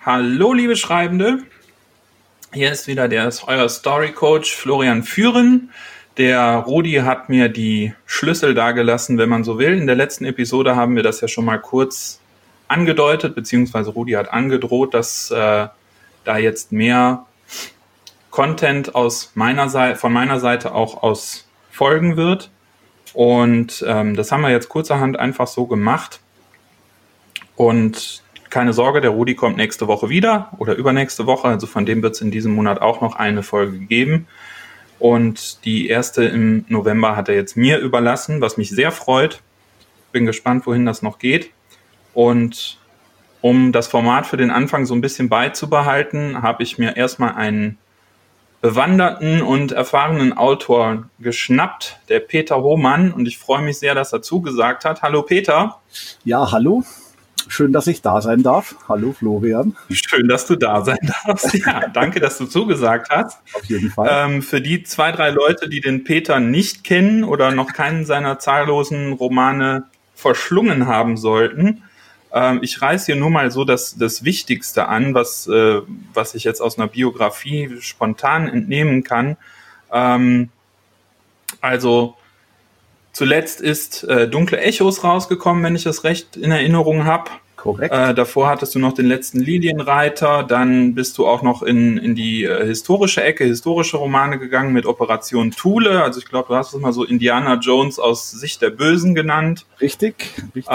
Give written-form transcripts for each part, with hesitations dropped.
Hallo, liebe Schreibende. Hier ist wieder euer Story Coach Florian Führen. Der Rudi hat mir die Schlüssel dagelassen, wenn man so will. In der letzten Episode haben wir das ja schon mal kurz angedeutet, beziehungsweise Rudi hat angedroht, dass da jetzt mehr Content von meiner Seite auch aus folgen wird. Und das haben wir jetzt kurzerhand einfach so gemacht. Und keine Sorge, der Rudi kommt nächste Woche wieder oder übernächste Woche. Also von dem wird es in diesem Monat auch noch eine Folge geben. Und die erste im November hat er jetzt mir überlassen, was mich sehr freut. Bin gespannt, wohin das noch geht. Und um das Format für den Anfang so ein bisschen beizubehalten, habe ich mir erstmal einen bewanderten und erfahrenen Autor geschnappt, der Peter Hohmann. Und ich freue mich sehr, dass er zugesagt hat. Hallo Peter. Ja, hallo. Schön, dass ich da sein darf. Hallo Florian. Schön, dass du da sein darfst. Ja, danke, dass du zugesagt hast. Auf jeden Fall. Für die 2, 3 Leute, die den Peter nicht kennen oder noch keinen seiner zahllosen Romane verschlungen haben sollten, ich reiße hier nur mal so das Wichtigste an, was ich jetzt aus einer Biografie spontan entnehmen kann. Zuletzt ist Dunkle Echos rausgekommen, wenn ich das recht in Erinnerung habe. Korrekt. Davor hattest du noch den letzten Lilienreiter, dann bist du auch noch in die historische Ecke, historische Romane gegangen mit Operation Thule. Also ich glaube, du hast es mal so Indiana Jones aus Sicht der Bösen genannt. Richtig.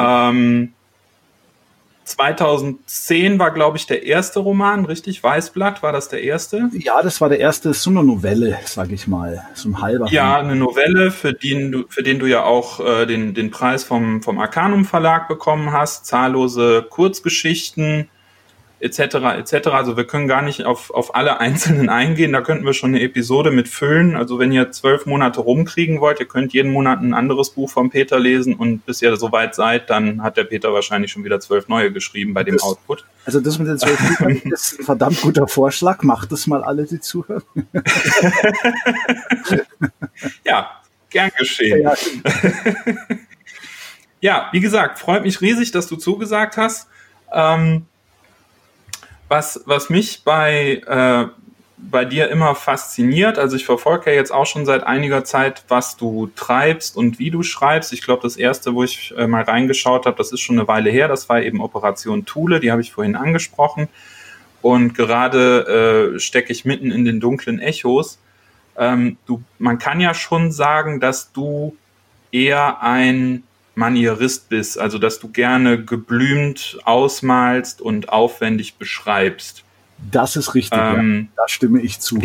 2010 war, glaube ich, der erste Roman, richtig? Weißblatt, war das der erste? Ja, das war der erste, so eine Novelle, sage ich mal, so ein halber. Ja, eine Novelle, für den du ja auch den Preis vom Arcanum Verlag bekommen hast, zahllose Kurzgeschichten, etc., etc. Also wir können gar nicht auf alle einzelnen eingehen, da könnten wir schon eine Episode mit füllen. Also wenn ihr 12 Monate rumkriegen wollt, ihr könnt jeden Monat ein anderes Buch vom Peter lesen und bis ihr soweit seid, dann hat der Peter wahrscheinlich schon wieder 12 neue geschrieben bei dem Output. Also das mit den 12 Büchern ist ein verdammt guter Vorschlag. Macht das mal alle, die zuhören. Ja, gern geschehen. Ja. Ja, wie gesagt, freut mich riesig, dass du zugesagt hast. Was mich bei dir immer fasziniert, also ich verfolge ja jetzt auch schon seit einiger Zeit, was du treibst und wie du schreibst. Ich glaube, das erste, wo ich mal reingeschaut habe, das ist schon eine Weile her, das war eben Operation Thule, die habe ich vorhin angesprochen. Und gerade stecke ich mitten in den dunklen Echos. Man kann ja schon sagen, dass du eher ein Manierist bist, also dass du gerne geblümt ausmalst und aufwendig beschreibst. Das ist richtig, ja. Da stimme ich zu.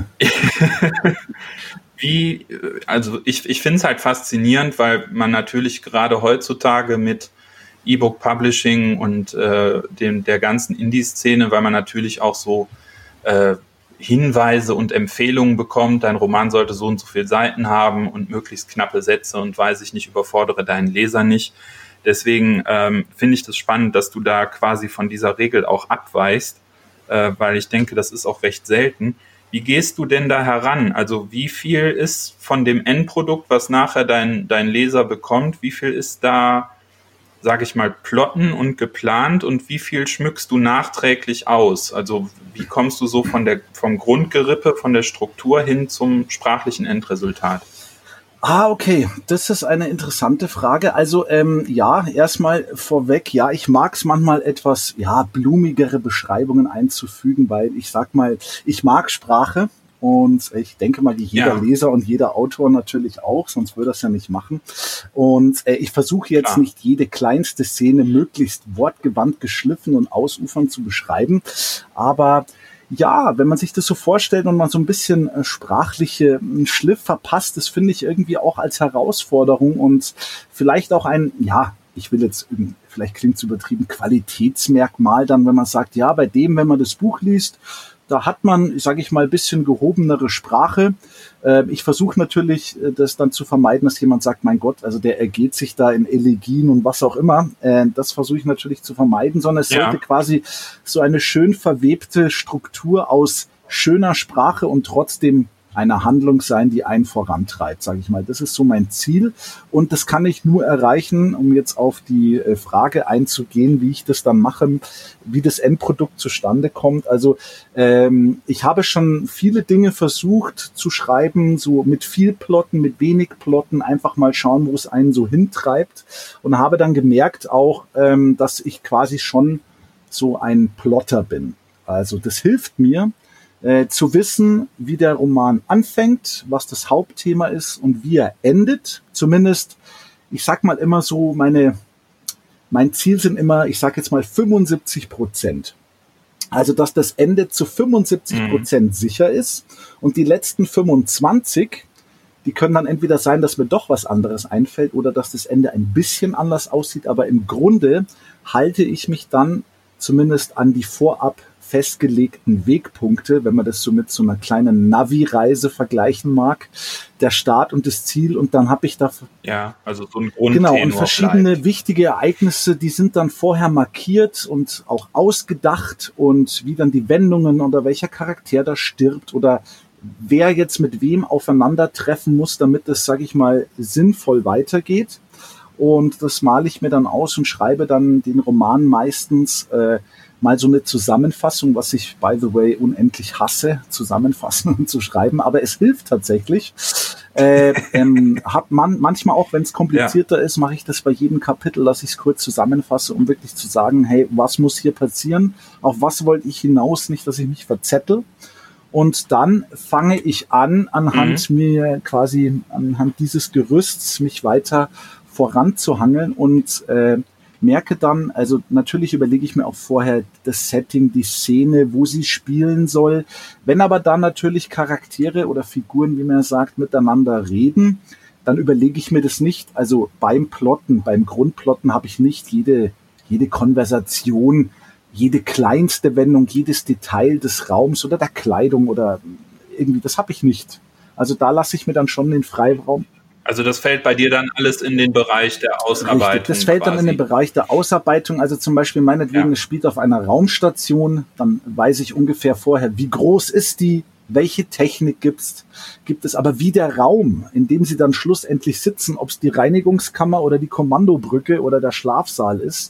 Also ich finde es halt faszinierend, weil man natürlich gerade heutzutage mit E-Book Publishing und der ganzen Indie-Szene, weil man natürlich auch so Hinweise und Empfehlungen bekommt, dein Roman sollte so und so viele Seiten haben und möglichst knappe Sätze und weiß ich nicht, überfordere deinen Leser nicht. Deswegen finde ich das spannend, dass du da quasi von dieser Regel auch abweichst, weil ich denke, das ist auch recht selten. Wie gehst du denn da heran? Also wie viel ist von dem Endprodukt, was nachher dein Leser bekommt, wie viel ist da, sage ich mal, plotten und geplant und wie viel schmückst du nachträglich aus? Also wie kommst du so vom Grundgerippe, von der Struktur hin zum sprachlichen Endresultat? Okay, das ist eine interessante Frage. Also ja, erstmal vorweg, ja, ich mag es manchmal etwas blumigere Beschreibungen einzufügen, weil ich sag mal, ich mag Sprache. Und ich denke mal, wie jeder Leser und jeder Autor natürlich auch, sonst würde er es ja nicht machen. Und ich versuche jetzt nicht jede kleinste Szene möglichst wortgewandt, geschliffen und ausufernd zu beschreiben. Aber ja, wenn man sich das so vorstellt und man so ein bisschen sprachliche Schliff verpasst, das finde ich irgendwie auch als Herausforderung und vielleicht auch vielleicht klingt es übertrieben, Qualitätsmerkmal dann, wenn man sagt, ja, bei dem, wenn man das Buch liest, da hat man, sage ich mal, ein bisschen gehobenere Sprache. Ich versuche natürlich, das dann zu vermeiden, dass jemand sagt, mein Gott, also der ergeht sich da in Elegien und was auch immer. Das versuche ich natürlich zu vermeiden, sondern es sollte quasi so eine schön verwebte Struktur aus schöner Sprache und trotzdem einer Handlung sein, die einen vorantreibt, sage ich mal. Das ist so mein Ziel und das kann ich nur erreichen, um jetzt auf die Frage einzugehen, wie ich das dann mache, wie das Endprodukt zustande kommt. Also ich habe schon viele Dinge versucht zu schreiben, so mit viel Plotten, mit wenig Plotten, einfach mal schauen, wo es einen so hintreibt und habe dann gemerkt auch, dass ich quasi schon so ein Plotter bin. Also das hilft mir, zu wissen, wie der Roman anfängt, was das Hauptthema ist und wie er endet. Zumindest, ich sag mal immer so, mein Ziel sind immer, ich sag jetzt mal 75%. Also, dass das Ende zu 75% sicher ist und die letzten 25, die können dann entweder sein, dass mir doch was anderes einfällt oder dass das Ende ein bisschen anders aussieht, aber im Grunde halte ich mich dann zumindest an die vorab festgelegten Wegpunkte, wenn man das so mit so einer kleinen Navi-Reise vergleichen mag, der Start und das Ziel und dann habe ich da also so ein Grundtenor. Genau, und verschiedene wichtige Ereignisse, die sind dann vorher markiert und auch ausgedacht und wie dann die Wendungen oder welcher Charakter da stirbt oder wer jetzt mit wem aufeinandertreffen muss, damit es, sage ich mal, sinnvoll weitergeht. Und das male ich mir dann aus und schreibe dann den Roman meistens mal so eine Zusammenfassung, was ich, by the way, unendlich hasse, zusammenfassen und zu schreiben, aber es hilft tatsächlich. Manchmal auch, wenn es komplizierter ist, mache ich das bei jedem Kapitel, dass ich es kurz zusammenfasse, um wirklich zu sagen, hey, was muss hier passieren? Auf was wollte ich hinaus? Nicht, dass ich mich verzettel. Und dann fange ich an, anhand dieses Gerüsts mich weiter voranzuhangeln und merke dann, also natürlich überlege ich mir auch vorher das Setting, die Szene, wo sie spielen soll. Wenn aber dann natürlich Charaktere oder Figuren, wie man sagt, miteinander reden, dann überlege ich mir das nicht. Also beim Grundplotten habe ich nicht jede Konversation, jede kleinste Wendung, jedes Detail des Raums oder der Kleidung oder irgendwie, das habe ich nicht. Also da lasse ich mir dann schon den Freiraum. Also das fällt bei dir dann alles in den Bereich der Ausarbeitung. Richtig, das fällt dann in den Bereich der Ausarbeitung. Also zum Beispiel meinetwegen, es spielt auf einer Raumstation, dann weiß ich ungefähr vorher, wie groß ist die, welche Technik gibt es, aber wie der Raum, in dem sie dann schlussendlich sitzen, ob es die Reinigungskammer oder die Kommandobrücke oder der Schlafsaal ist,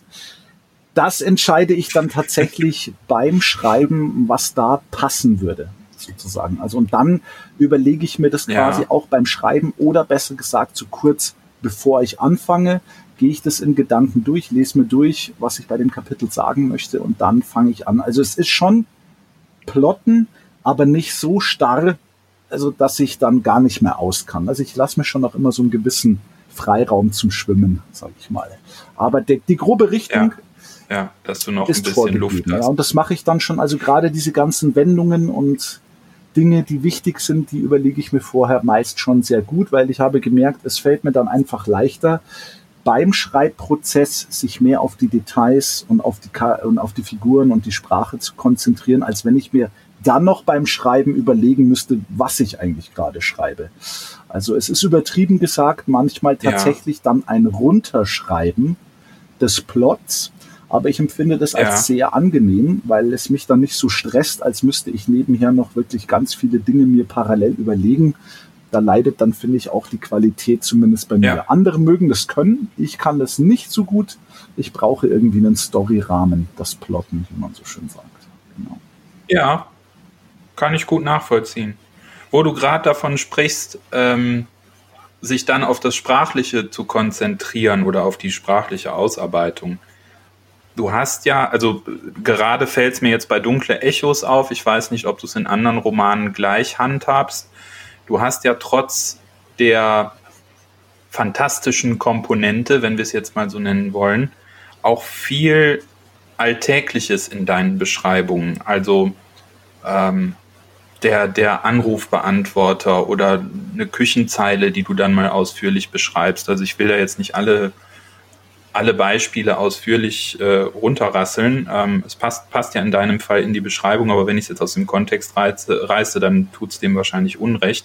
das entscheide ich dann tatsächlich beim Schreiben, was da passen würde, sozusagen. Also und dann überlege ich mir das quasi auch beim Schreiben oder besser gesagt so kurz bevor ich anfange, gehe ich das in Gedanken durch, lese mir durch, was ich bei dem Kapitel sagen möchte und dann fange ich an. Also es ist schon Plotten, aber nicht so starr, also dass ich dann gar nicht mehr aus kann. Also ich lasse mir schon noch immer so einen gewissen Freiraum zum Schwimmen, sage ich mal. Aber die grobe Richtung dass du noch ein bisschen Luft hast. Ja, und das mache ich dann schon, also gerade diese ganzen Wendungen und Dinge, die wichtig sind, die überlege ich mir vorher meist schon sehr gut, weil ich habe gemerkt, es fällt mir dann einfach leichter, beim Schreibprozess sich mehr auf die Details und auf die Figuren und die Sprache zu konzentrieren, als wenn ich mir dann noch beim Schreiben überlegen müsste, was ich eigentlich gerade schreibe. Also es ist übertrieben gesagt, manchmal tatsächlich dann ein Runterschreiben des Plots, aber ich empfinde das als sehr angenehm, weil es mich dann nicht so stresst, als müsste ich nebenher noch wirklich ganz viele Dinge mir parallel überlegen. Da leidet dann, finde ich, auch die Qualität zumindest bei mir. Andere mögen das können, ich kann das nicht so gut. Ich brauche irgendwie einen Storyrahmen, das Plotten, wie man so schön sagt. Genau. Ja, kann ich gut nachvollziehen. Wo du gerade davon sprichst, sich dann auf das Sprachliche zu konzentrieren oder auf die sprachliche Ausarbeitung. Du hast ja, also gerade fällt es mir jetzt bei Dunkle Echos auf, ich weiß nicht, ob du es in anderen Romanen gleich handhabst, du hast ja trotz der fantastischen Komponente, wenn wir es jetzt mal so nennen wollen, auch viel Alltägliches in deinen Beschreibungen, also der Anrufbeantworter oder eine Küchenzeile, die du dann mal ausführlich beschreibst. Also ich will da jetzt nicht alle Beispiele ausführlich runterrasseln. Es passt ja in deinem Fall in die Beschreibung, aber wenn ich es jetzt aus dem Kontext reiße, dann tut es dem wahrscheinlich Unrecht.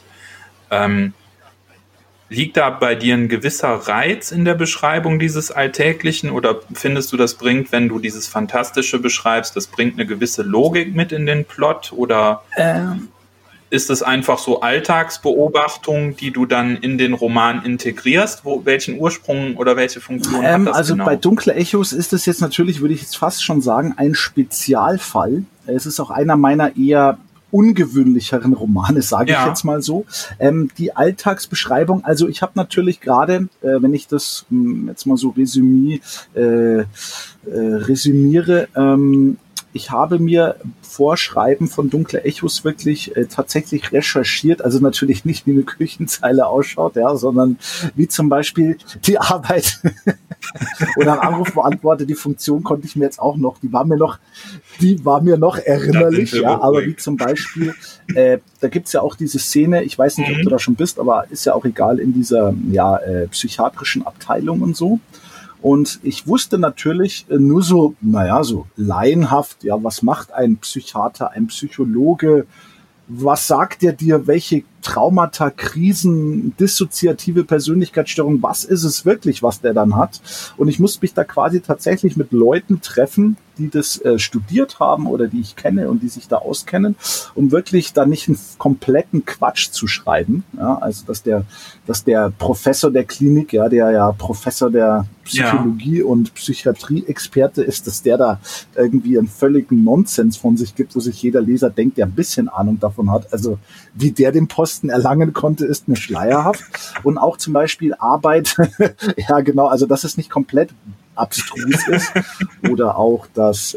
Liegt da bei dir ein gewisser Reiz in der Beschreibung dieses Alltäglichen oder findest du, das bringt, wenn du dieses Fantastische beschreibst, das bringt eine gewisse Logik mit in den Plot oder? ist es einfach so Alltagsbeobachtung, die du dann in den Roman integrierst? Welchen Ursprung oder welche Funktion hat das also genau? bei Dunkle Echos ist es jetzt natürlich, würde ich jetzt fast schon sagen, ein Spezialfall. Es ist auch einer meiner eher ungewöhnlicheren Romane, sage ich jetzt mal so. Die Alltagsbeschreibung, also ich habe natürlich gerade, wenn ich das jetzt mal so resümiere, ich habe mir Vorschreiben von Dunkle Echos wirklich tatsächlich recherchiert, also natürlich nicht wie eine Küchenzeile ausschaut, ja, sondern wie zum Beispiel die Arbeit oder ein Anrufbeantworter, die Funktion konnte ich mir jetzt auch noch, die war mir noch erinnerlich, ja, aber wie zum Beispiel, da gibt's ja auch diese Szene, ich weiß nicht, ob du da schon bist, aber ist ja auch egal, in dieser psychiatrischen Abteilung und so. Und ich wusste natürlich nur so, so laienhaft, ja, was macht ein Psychiater, ein Psychologe, was sagt er dir, welche Traumata, Krisen, dissoziative Persönlichkeitsstörung, was ist es wirklich, was der dann hat? Und ich musste mich da quasi tatsächlich mit Leuten treffen, die das studiert haben oder die ich kenne und die sich da auskennen, um wirklich da nicht einen kompletten Quatsch zu schreiben. Ja, also dass der Professor der Klinik, ja, der ja Professor der Psychologie und Psychiatrie-Experte ist, dass der da irgendwie einen völligen Nonsens von sich gibt, wo sich jeder Leser denkt, der ein bisschen Ahnung davon hat. Also wie der den Posten erlangen konnte, ist mir schleierhaft. Und auch zum Beispiel Arbeit, ja genau, also dass es nicht komplett abstrus ist. Oder auch, dass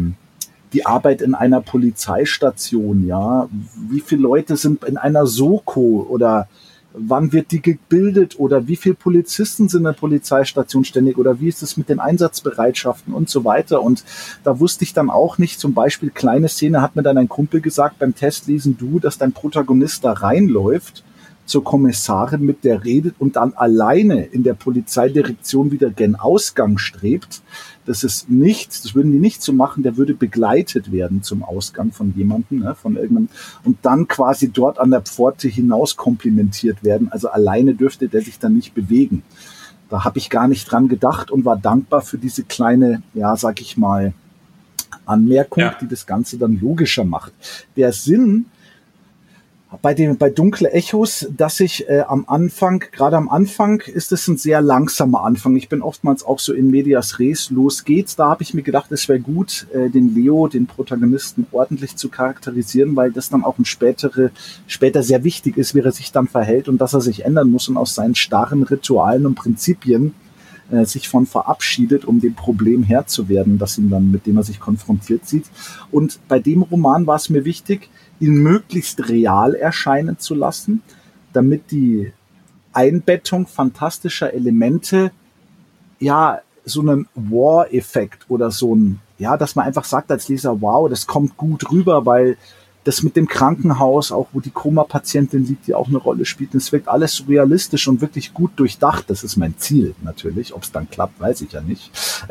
die Arbeit in einer Polizeistation, ja, wie viele Leute sind in einer Soko oder wann wird die gebildet oder wie viele Polizisten sind in der Polizeistation ständig oder wie ist es mit den Einsatzbereitschaften und so weiter. Und da wusste ich dann auch nicht, zum Beispiel kleine Szene hat mir dann ein Kumpel gesagt beim Testlesen, dass dein Protagonist da reinläuft zur Kommissarin, mit der redet und dann alleine in der Polizeidirektion wieder gen Ausgang strebt. Das würden die nicht so machen, der würde begleitet werden zum Ausgang von jemandem, ne, von irgendeinem, und dann quasi dort an der Pforte hinaus komplimentiert werden. Also alleine dürfte der sich dann nicht bewegen. Da habe ich gar nicht dran gedacht und war dankbar für diese kleine, sag ich mal, Anmerkung, die das Ganze dann logischer macht. Der Sinn bei Dunkle Echos, dass ich gerade am Anfang ist es ein sehr langsamer Anfang. Ich bin oftmals auch so in medias res, los geht's. Da habe ich mir gedacht, es wäre gut, den Leo, den Protagonisten, ordentlich zu charakterisieren, weil das dann auch später sehr wichtig ist, wie er sich dann verhält und dass er sich ändern muss und aus seinen starren Ritualen und Prinzipien sich von verabschiedet, um dem Problem Herr zu werden, mit dem er sich konfrontiert sieht. Und bei dem Roman war es mir wichtig, ihn möglichst real erscheinen zu lassen, damit die Einbettung fantastischer Elemente so einen War-Effekt oder so dass man einfach sagt als Leser, wow, das kommt gut rüber, weil das mit dem Krankenhaus, auch wo die Koma-Patientin liegt, die auch eine Rolle spielt, das wirkt alles so realistisch und wirklich gut durchdacht. Das ist mein Ziel natürlich. Ob es dann klappt, weiß ich ja nicht.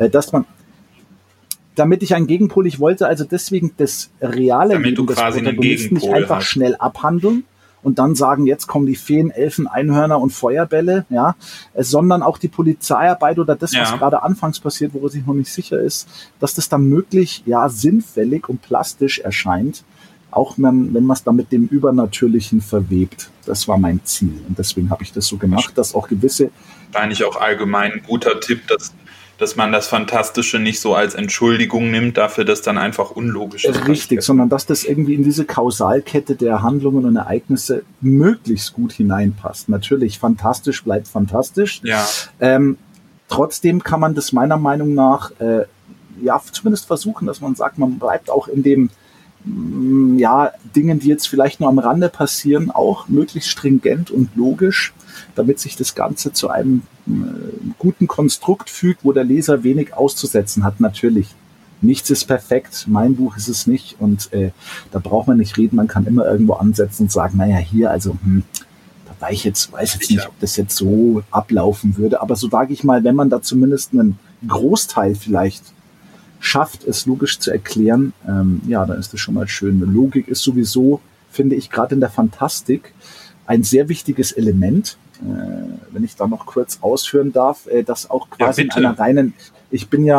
Damit ich einen Gegenpol, ich wollte also deswegen das reale Leben des Protagonisten nicht einfach schnell abhandeln und dann sagen, jetzt kommen die Feen, Elfen, Einhörner und Feuerbälle, sondern auch die Polizeiarbeit oder das, was gerade anfangs passiert, wo er sich noch nicht sicher ist, dass das dann möglich, sinnfällig und plastisch erscheint, auch wenn man es dann mit dem Übernatürlichen verwebt. Das war mein Ziel und deswegen habe ich das so gemacht, dass auch gewisse... Wahrscheinlich auch allgemein ein guter Tipp, dass man das Fantastische nicht so als Entschuldigung nimmt, dafür, dass dann einfach unlogisch ist. Richtig, sondern dass das irgendwie in diese Kausalkette der Handlungen und Ereignisse möglichst gut hineinpasst. Natürlich, fantastisch bleibt fantastisch. Ja. Trotzdem kann man das meiner Meinung nach zumindest versuchen, dass man sagt, man bleibt auch in dem Dingen, die jetzt vielleicht nur am Rande passieren, auch möglichst stringent und logisch, damit sich das Ganze zu einem guten Konstrukt fügt, wo der Leser wenig auszusetzen hat. Natürlich, nichts ist perfekt, mein Buch ist es nicht und da braucht man nicht reden, man kann immer irgendwo ansetzen und sagen, hier, also da weiß jetzt nicht, ob das jetzt so ablaufen würde, aber so sage ich mal, wenn man da zumindest einen Großteil vielleicht schafft, es logisch zu erklären, dann ist das schon mal schön. Logik ist sowieso, finde ich, gerade in der Fantastik ein sehr wichtiges Element, wenn ich da noch kurz ausführen darf, das auch quasi in einer reinen, ich bin ja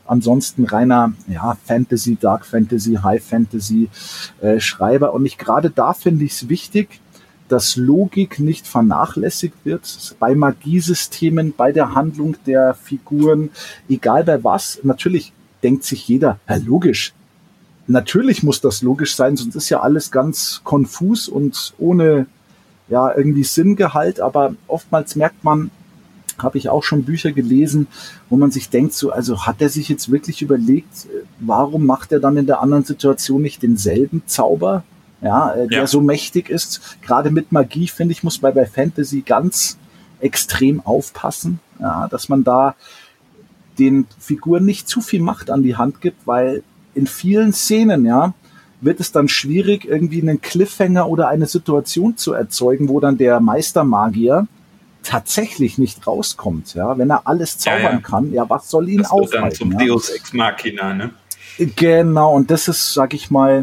ansonsten reiner Fantasy, Dark Fantasy, High Fantasy Schreiber. Und gerade da finde ich es wichtig, dass Logik nicht vernachlässigt wird bei Magiesystemen, bei der Handlung der Figuren, egal bei was. Natürlich denkt sich jeder, logisch. Natürlich muss das logisch sein, sonst ist ja alles ganz konfus und ohne irgendwie Sinngehalt. Aber oftmals merkt man, habe ich auch schon Bücher gelesen, wo man sich denkt, so, also hat er sich jetzt wirklich überlegt, warum macht er dann in der anderen Situation nicht denselben Zauber? Der so mächtig ist. Gerade mit Magie, finde ich, muss man bei Fantasy ganz extrem aufpassen, dass man da den Figuren nicht zu viel Macht an die Hand gibt, weil in vielen Szenen, wird es dann schwierig, irgendwie einen Cliffhanger oder eine Situation zu erzeugen, wo dann der Meistermagier tatsächlich nicht rauskommt, wenn er alles zaubern kann, was soll ihn aufhalten? Das wird dann zum Deus Ex Machina, ne? Genau, und das ist, sag ich mal,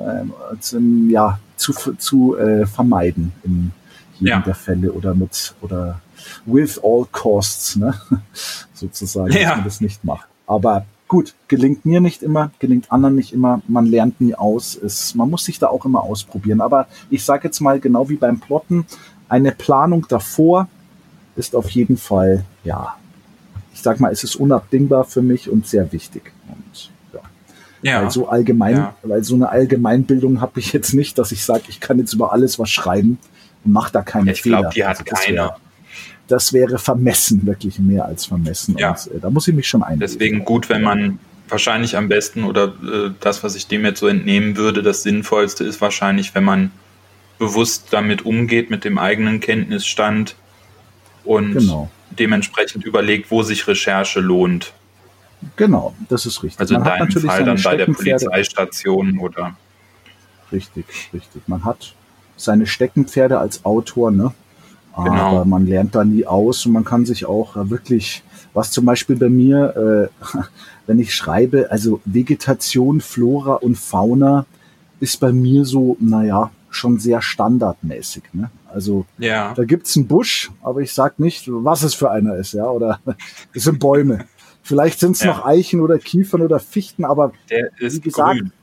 zu vermeiden in jedem der Fälle oder with all costs, ne? Sozusagen, dass man das nicht macht. Aber gut, gelingt mir nicht immer, gelingt anderen nicht immer, man lernt nie aus, man muss sich da auch immer ausprobieren. Aber ich sage jetzt mal, genau wie beim Plotten, eine Planung davor ist auf jeden Fall, ich sag mal, es ist unabdingbar für mich und sehr wichtig. Und weil so eine Allgemeinbildung habe ich jetzt nicht, dass ich sage, ich kann jetzt über alles was schreiben und mache da keine Fehler. Ich glaube, die hat keiner. Das wäre vermessen, wirklich mehr als vermessen. Ja. Und da muss ich mich schon einlesen. Deswegen gut, wenn man wahrscheinlich am besten oder das, was ich dem jetzt so entnehmen würde, das Sinnvollste ist wahrscheinlich, wenn man bewusst damit umgeht, mit dem eigenen Kenntnisstand und dementsprechend überlegt, wo sich Recherche lohnt. Genau, das ist richtig. Also in deinem Fall dann bei der Polizeistation oder... Richtig. Man hat seine Steckenpferde als Autor, ne? Aber man lernt da nie aus und man kann sich auch wirklich, was zum Beispiel bei mir, wenn ich schreibe, also Vegetation, Flora und Fauna ist bei mir so, schon sehr standardmäßig, ne? Also da gibt's einen Busch, aber ich sag nicht, was es für einer ist, oder es sind Bäume. Vielleicht sind es noch Eichen oder Kiefern oder Fichten, aber der ist wie gesagt, grün.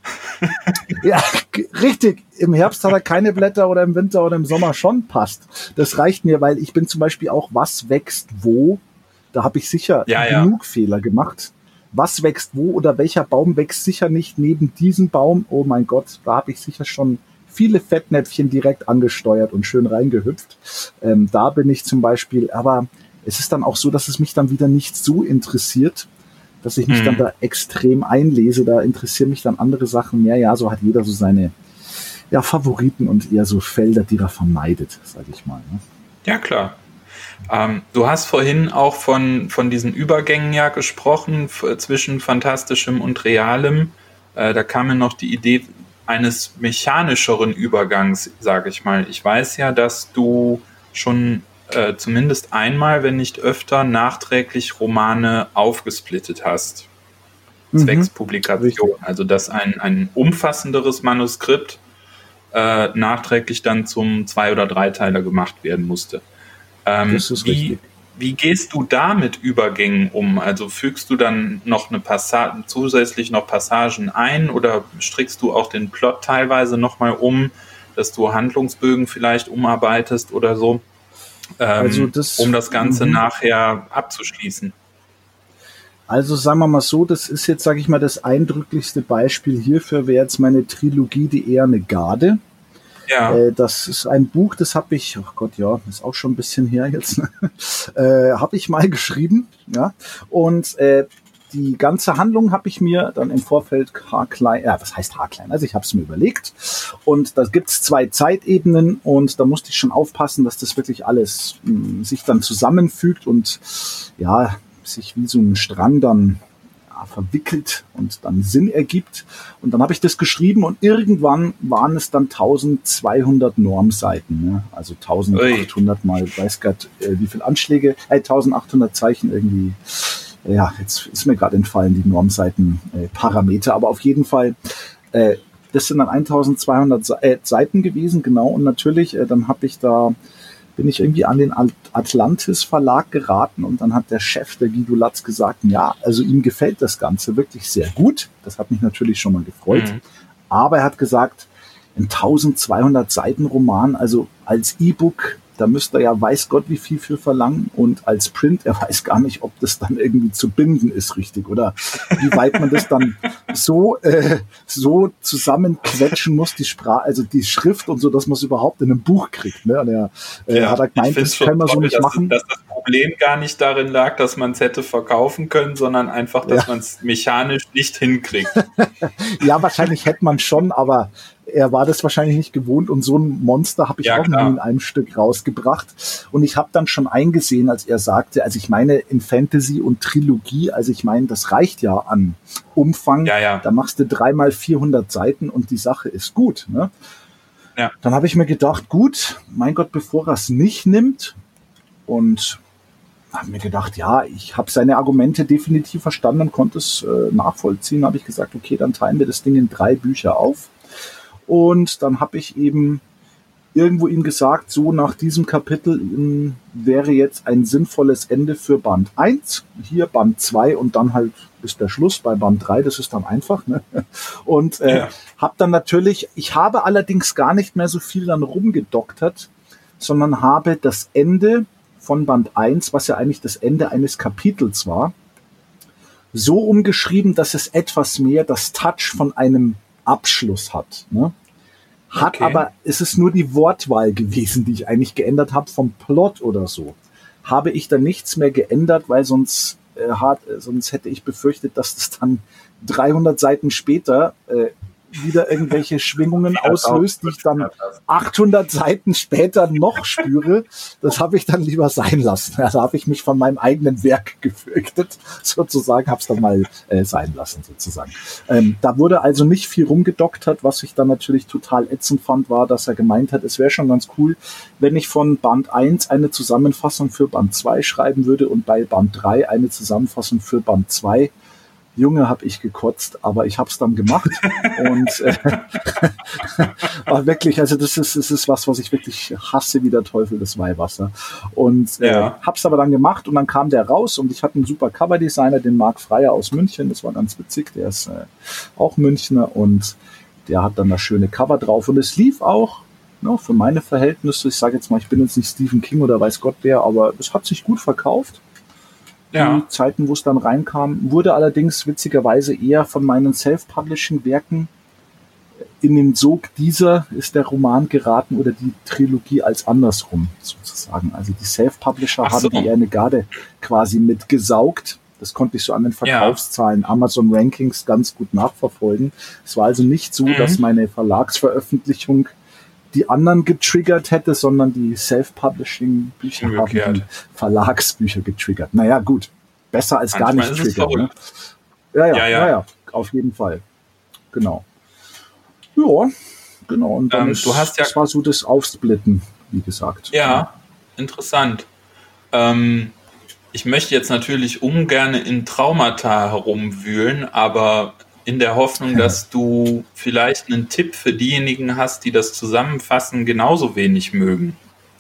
Richtig. Im Herbst hat er keine Blätter oder im Winter oder im Sommer schon, passt. Das reicht mir, weil ich bin zum Beispiel auch, was wächst wo, da habe ich sicher genug Fehler gemacht. Was wächst wo oder welcher Baum wächst sicher nicht neben diesem Baum? Oh mein Gott, da habe ich sicher schon viele Fettnäpfchen direkt angesteuert und schön reingehüpft. Da bin ich zum Beispiel, aber es ist dann auch so, dass es mich dann wieder nicht so interessiert, dass ich mich dann da extrem einlese. Da interessieren mich dann andere Sachen mehr. So hat jeder so seine Favoriten und eher so Felder, die er vermeidet, sage ich mal. Ne? Ja, klar. Du hast vorhin auch von diesen Übergängen gesprochen, zwischen Fantastischem und Realem. Da kam mir noch die Idee eines mechanischeren Übergangs, sage ich mal. Ich weiß ja, dass du schon zumindest einmal, wenn nicht öfter, nachträglich Romane aufgesplittet hast. Zwecks Publikation. Also dass ein umfassenderes Manuskript nachträglich dann zum 2- oder 3-Teiler gemacht werden musste. Das ist richtig. Wie gehst du da mit Übergängen um? Also fügst du dann noch zusätzlich noch Passagen ein oder strickst du auch den Plot teilweise nochmal um, dass du Handlungsbögen vielleicht umarbeitest oder so? Um das Ganze nachher abzuschließen. Also sagen wir mal so, das ist jetzt, sage ich mal, das eindrücklichste Beispiel hierfür wäre jetzt meine Trilogie Die Eherne Garde. Ja. Das ist ein Buch, das habe ich, oh Gott, ist auch schon ein bisschen her jetzt, habe ich mal geschrieben, und die ganze Handlung habe ich mir dann im Vorfeld haarklein, was heißt haarklein? Also ich habe es mir überlegt und da gibt's 2 Zeitebenen und da musste ich schon aufpassen, dass das wirklich alles sich dann zusammenfügt und sich wie so ein Strang dann verwickelt und dann Sinn ergibt. Und dann habe ich das geschrieben und irgendwann waren es dann 1200 Normseiten, ne? Also 1800 mal, weiß Gott, wie viel Anschläge, 1800 Zeichen irgendwie. Jetzt ist mir gerade entfallen, die Normseiten-Parameter, aber auf jeden Fall, das sind dann 1200 Seiten gewesen, genau, und natürlich, dann habe ich da bin ich irgendwie an den Atlantis Verlag geraten und dann hat der Chef, der Guido Latz, gesagt, ja, also ihm gefällt das Ganze wirklich sehr gut. Das hat mich natürlich schon mal gefreut. Aber er hat gesagt, ein 1200 Seiten Roman, also als E-Book, da müsste er ja weiß Gott wie viel für verlangen und als Print, er weiß gar nicht, ob das dann irgendwie zu binden ist, richtig, oder wie weit man das dann so zusammenquetschen muss, die Sprache, also die Schrift und so, dass man es überhaupt in einem Buch kriegt. Ne? Und er hat er gemeint, das können wir so nicht machen. Dass das Problem gar nicht darin lag, dass man es hätte verkaufen können, sondern einfach, dass man es mechanisch nicht hinkriegt. Ja, wahrscheinlich hätte man schon, aber er war das wahrscheinlich nicht gewohnt und so ein Monster habe ich auch nie in einem Stück rausgebracht. Und ich habe dann schon eingesehen, als er sagte, also ich meine in Fantasy und Trilogie, also ich meine, das reicht ja an Umfang. Da machst du 3x400 Seiten und die Sache ist gut. Ne? Ja. Dann habe ich mir gedacht, gut, mein Gott, bevor er es nicht nimmt, und habe mir gedacht, ja, ich habe seine Argumente definitiv verstanden und konnte es nachvollziehen. Habe ich gesagt, okay, dann teilen wir das Ding in 3 Bücher auf. Und dann habe ich eben irgendwo ihm gesagt, so nach diesem Kapitel wäre jetzt ein sinnvolles Ende für Band 1, hier Band 2 und dann halt ist der Schluss bei Band 3, das ist dann einfach. Ne? Und habe dann natürlich, ich habe allerdings gar nicht mehr so viel dann rumgedoktert, sondern habe das Ende von Band 1, was ja eigentlich das Ende eines Kapitels war, so umgeschrieben, dass es etwas mehr das Touch von einem Abschluss hat. Ne? Aber es ist nur die Wortwahl gewesen, die ich eigentlich geändert habe vom Plot oder so. Habe ich dann nichts mehr geändert, weil sonst hätte ich befürchtet, dass das dann 300 Seiten später wieder irgendwelche Schwingungen auslöst, die ich dann 800 Seiten später noch spüre. Das habe ich dann lieber sein lassen. Da habe ich mich von meinem eigenen Werk gefürchtet, sozusagen, habe es dann mal sein lassen, sozusagen. Da wurde also nicht viel rumgedoktert. Was ich dann natürlich total ätzend fand, war, dass er gemeint hat, es wäre schon ganz cool, wenn ich von Band 1 eine Zusammenfassung für Band 2 schreiben würde und bei Band 3 eine Zusammenfassung für Band 2. Junge, habe ich gekotzt, aber ich habe es dann gemacht und war wirklich, also das ist was ich wirklich hasse wie der Teufel das Weihwasser und habe es aber dann gemacht und dann kam der raus und ich hatte einen super Coverdesigner, den Marc Freier aus München, das war ganz witzig, der ist auch Münchner und der hat dann das schöne Cover drauf und es lief auch für meine Verhältnisse, ich sage jetzt mal, ich bin jetzt nicht Stephen King oder weiß Gott wer, aber es hat sich gut verkauft. Die Zeiten, wo es dann reinkam, wurde allerdings witzigerweise eher von meinen Self-Publishing-Werken in den Sog dieser ist der Roman geraten oder die Trilogie als andersrum sozusagen. Also die Self-Publisher haben die eine Garde quasi mitgesaugt. Das konnte ich so an den Verkaufszahlen Amazon-Rankings ganz gut nachverfolgen. Es war also nicht so, dass meine Verlagsveröffentlichung die anderen getriggert hätte, sondern die Self-Publishing-Bücher haben die Verlagsbücher getriggert. Naja, gut. Besser als gar nicht triggern. Ne? Ja, auf jeden Fall. Genau. Ja, genau. Und dann das war so das Aufsplitten, wie gesagt. Ja, interessant. Ich möchte jetzt natürlich ungern in Traumata herumwühlen, aber in der Hoffnung, dass du vielleicht einen Tipp für diejenigen hast, die das Zusammenfassen genauso wenig mögen.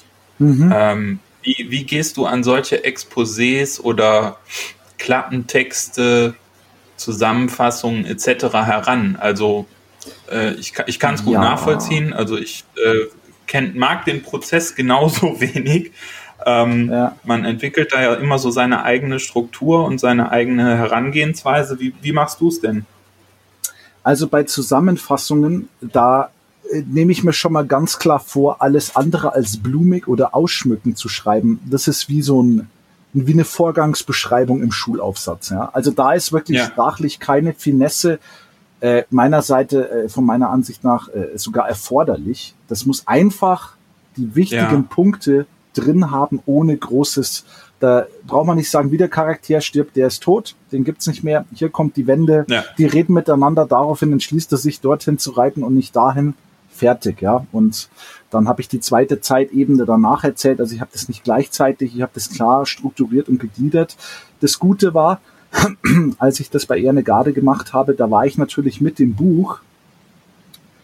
Wie gehst du an solche Exposés oder Klappentexte, Zusammenfassungen etc. heran? Also ich kann es gut nachvollziehen. Also ich mag den Prozess genauso wenig. Man entwickelt da ja immer so seine eigene Struktur und seine eigene Herangehensweise. Wie machst du es denn? Also bei Zusammenfassungen, da nehme ich mir schon mal ganz klar vor, alles andere als blumig oder ausschmückend zu schreiben. Das ist wie eine Vorgangsbeschreibung im Schulaufsatz. Ja? Also da ist wirklich sprachlich keine Finesse meiner Seite, von meiner Ansicht nach sogar erforderlich. Das muss einfach die wichtigen Punkte drin haben, ohne großes. Da braucht man nicht sagen, wie der Charakter stirbt, der ist tot, den gibt's nicht mehr. Hier kommt die Wende, die reden miteinander, daraufhin entschließt er sich, dorthin zu reiten und nicht dahin. Fertig, ja. Und dann habe ich die zweite Zeitebene danach erzählt. Also ich habe das nicht gleichzeitig, ich habe das klar strukturiert und gegliedert. Das Gute war, als ich das bei Eherne Garde gemacht habe, da war ich natürlich mit dem Buch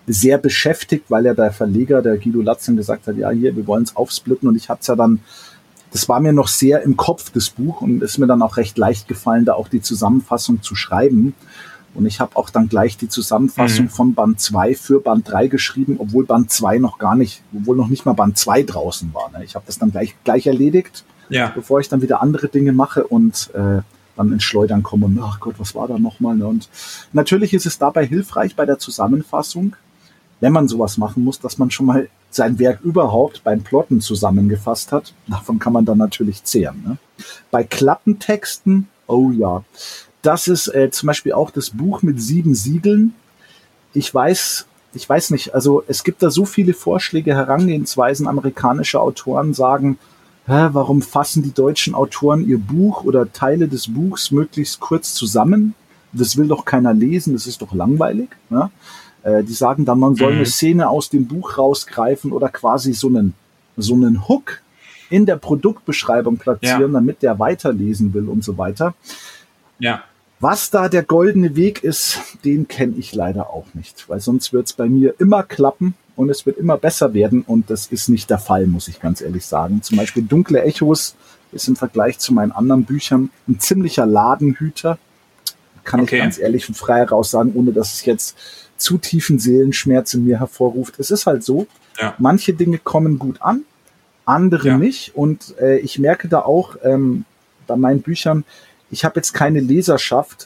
sehr beschäftigt, weil ja der Verleger, der Guido Latzen, gesagt hat, ja hier, wir wollen es aufsplitten, und ich hatte es ja dann, das war mir noch sehr im Kopf, das Buch, und ist mir dann auch recht leicht gefallen, da auch die Zusammenfassung zu schreiben. Und ich habe auch dann gleich die Zusammenfassung von Band 2 für Band 3 geschrieben, obwohl Band 2 noch nicht mal Band 2 draußen war. Ne? Ich habe das dann gleich erledigt, bevor ich dann wieder andere Dinge mache und dann ins Schleudern komme und ach Gott, was war da nochmal? Ne? Und natürlich ist es dabei hilfreich bei der Zusammenfassung, wenn man sowas machen muss, dass man schon mal sein Werk überhaupt beim Plotten zusammengefasst hat. Davon kann man dann natürlich zehren. Ne? Bei Klappentexten, oh ja, das ist zum Beispiel auch das Buch mit 7 Siegeln. Ich weiß nicht, also es gibt da so viele Vorschläge, Herangehensweisen. Amerikanische Autoren sagen, warum fassen die deutschen Autoren ihr Buch oder Teile des Buchs möglichst kurz zusammen? Das will doch keiner lesen, das ist doch langweilig. Ne? Die sagen dann, man soll eine Szene aus dem Buch rausgreifen oder quasi so einen Hook in der Produktbeschreibung platzieren, damit der weiterlesen will und so weiter. Ja. Was da der goldene Weg ist, den kenne ich leider auch nicht, weil sonst wird es bei mir immer klappen und es wird immer besser werden, und das ist nicht der Fall, muss ich ganz ehrlich sagen. Zum Beispiel Dunkle Echos ist im Vergleich zu meinen anderen Büchern ein ziemlicher Ladenhüter, kann ich ganz ehrlich und frei heraus sagen, ohne dass es jetzt zu tiefen Seelenschmerz in mir hervorruft. Es ist halt so, manche Dinge kommen gut an, andere nicht, und ich merke da auch bei meinen Büchern, ich habe jetzt keine Leserschaft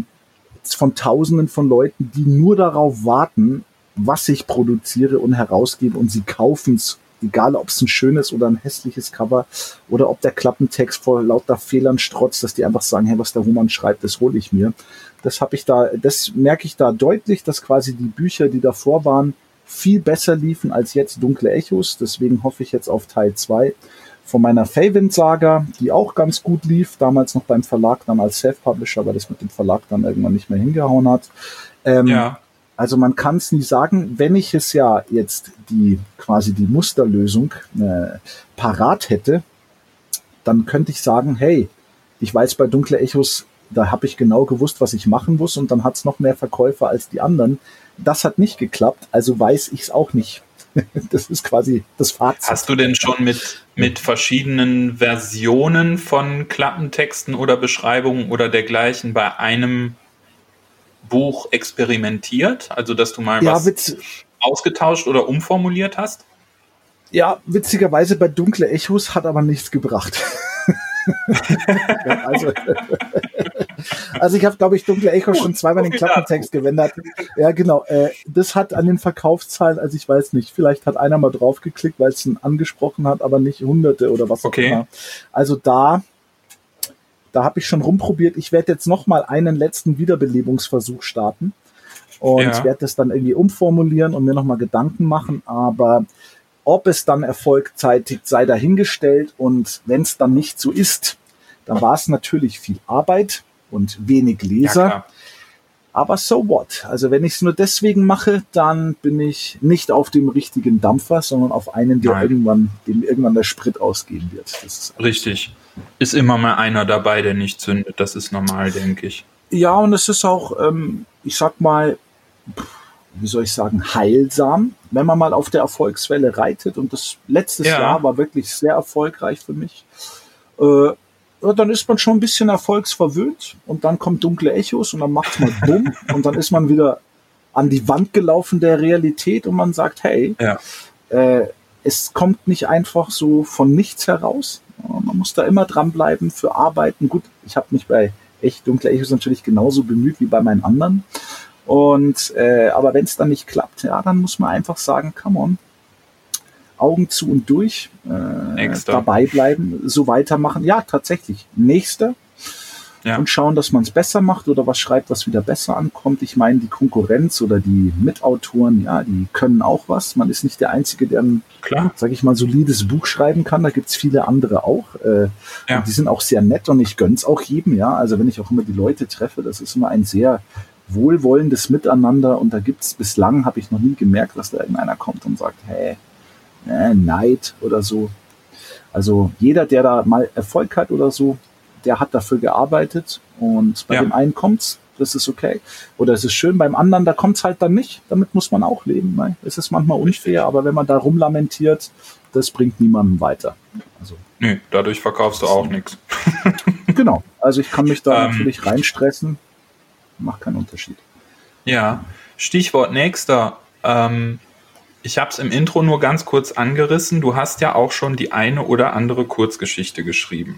von Tausenden von Leuten, die nur darauf warten, was ich produziere und herausgebe, und sie kaufen es, egal ob es ein schönes oder ein hässliches Cover oder ob der Klappentext vor lauter Fehlern strotzt, dass die einfach sagen, hey, was der Humann schreibt, das hole ich mir. Das merke ich da deutlich, dass quasi die Bücher, die davor waren, viel besser liefen als jetzt Dunkle Echos. Deswegen hoffe ich jetzt auf Teil 2 von meiner Feywind-Saga, die auch ganz gut lief, damals noch beim Verlag, dann als Self-Publisher, weil das mit dem Verlag dann irgendwann nicht mehr hingehauen hat. Also man kann es nie sagen, wenn ich es ja jetzt die Musterlösung parat hätte, dann könnte ich sagen, hey, ich weiß bei Dunkle Echos, da habe ich genau gewusst, was ich machen muss, und dann hat es noch mehr Verkäufer als die anderen. Das hat nicht geklappt, also weiß ich es auch nicht. Das ist quasi das Fazit. Hast du denn schon mit verschiedenen Versionen von Klappentexten oder Beschreibungen oder dergleichen bei einem Buch experimentiert? Also, dass du mal was ausgetauscht oder umformuliert hast? Ja, witzigerweise bei Dunkle Echos hat aber nichts gebracht. Also ich habe, glaube ich, Dunkle Echos schon zweimal den Klappentext gewendet. Ja, genau. Das hat an den Verkaufszahlen, also ich weiß nicht, vielleicht hat einer mal draufgeklickt, weil es ihn angesprochen hat, aber nicht Hunderte oder was auch immer. Also da habe ich schon rumprobiert. Ich werde jetzt noch mal einen letzten Wiederbelebungsversuch starten und werde das dann irgendwie umformulieren und mir noch mal Gedanken machen, aber ob es dann erfolgzeitig sei dahingestellt, und wenn es dann nicht so ist, dann war es natürlich viel Arbeit und wenig Leser. Ja, aber so what? Also wenn ich es nur deswegen mache, dann bin ich nicht auf dem richtigen Dampfer, sondern auf einen, dem irgendwann der Sprit ausgehen wird. Das ist richtig. Ist immer mal einer dabei, der nicht zündet. Das ist normal, denke ich. Ja, und es ist auch, ich sag mal, wie soll ich sagen, heilsam, wenn man mal auf der Erfolgswelle reitet. Und das letztes Jahr war wirklich sehr erfolgreich für mich. Dann ist man schon ein bisschen erfolgsverwöhnt, und dann kommt Dunkle Echos und dann macht's mal bumm und dann ist man wieder an die Wand gelaufen der Realität und man sagt, hey, es kommt nicht einfach so von nichts heraus. Man muss da immer dranbleiben für Arbeiten. Gut, ich habe mich bei Dunkle Echos natürlich genauso bemüht wie bei meinen anderen. Und aber wenn es dann nicht klappt, ja, dann muss man einfach sagen, come on, Augen zu und durch, dabei bleiben, so weitermachen. Ja, tatsächlich, nächster. Und schauen, dass man es besser macht oder was schreibt, was wieder besser ankommt. Ich meine, die Konkurrenz oder die Mitautoren, ja, die können auch was. Man ist nicht der Einzige, der ein, sag ich mal, solides Buch schreiben kann. Da gibt's viele andere auch. Und die sind auch sehr nett und ich gönn's auch jedem, ja. Also wenn ich auch immer die Leute treffe, das ist immer ein sehr wohlwollendes Miteinander, und da gibt's bislang, habe ich noch nie gemerkt, dass da irgendeiner kommt und sagt, hey, Neid oder so. Also jeder, der da mal Erfolg hat oder so, der hat dafür gearbeitet, und bei dem einen kommt's das ist okay. Oder es ist schön, beim anderen, da kommt es halt dann nicht. Damit muss man auch leben. Ne? Es ist manchmal unfair, aber wenn man da rumlamentiert, das bringt niemandem weiter. Also, nee, dadurch verkaufst du auch nichts. Genau, also ich kann mich da natürlich reinstressen, macht keinen Unterschied. Ja, Stichwort nächster. Ich habe es im Intro nur ganz kurz angerissen. Du hast ja auch schon die eine oder andere Kurzgeschichte geschrieben.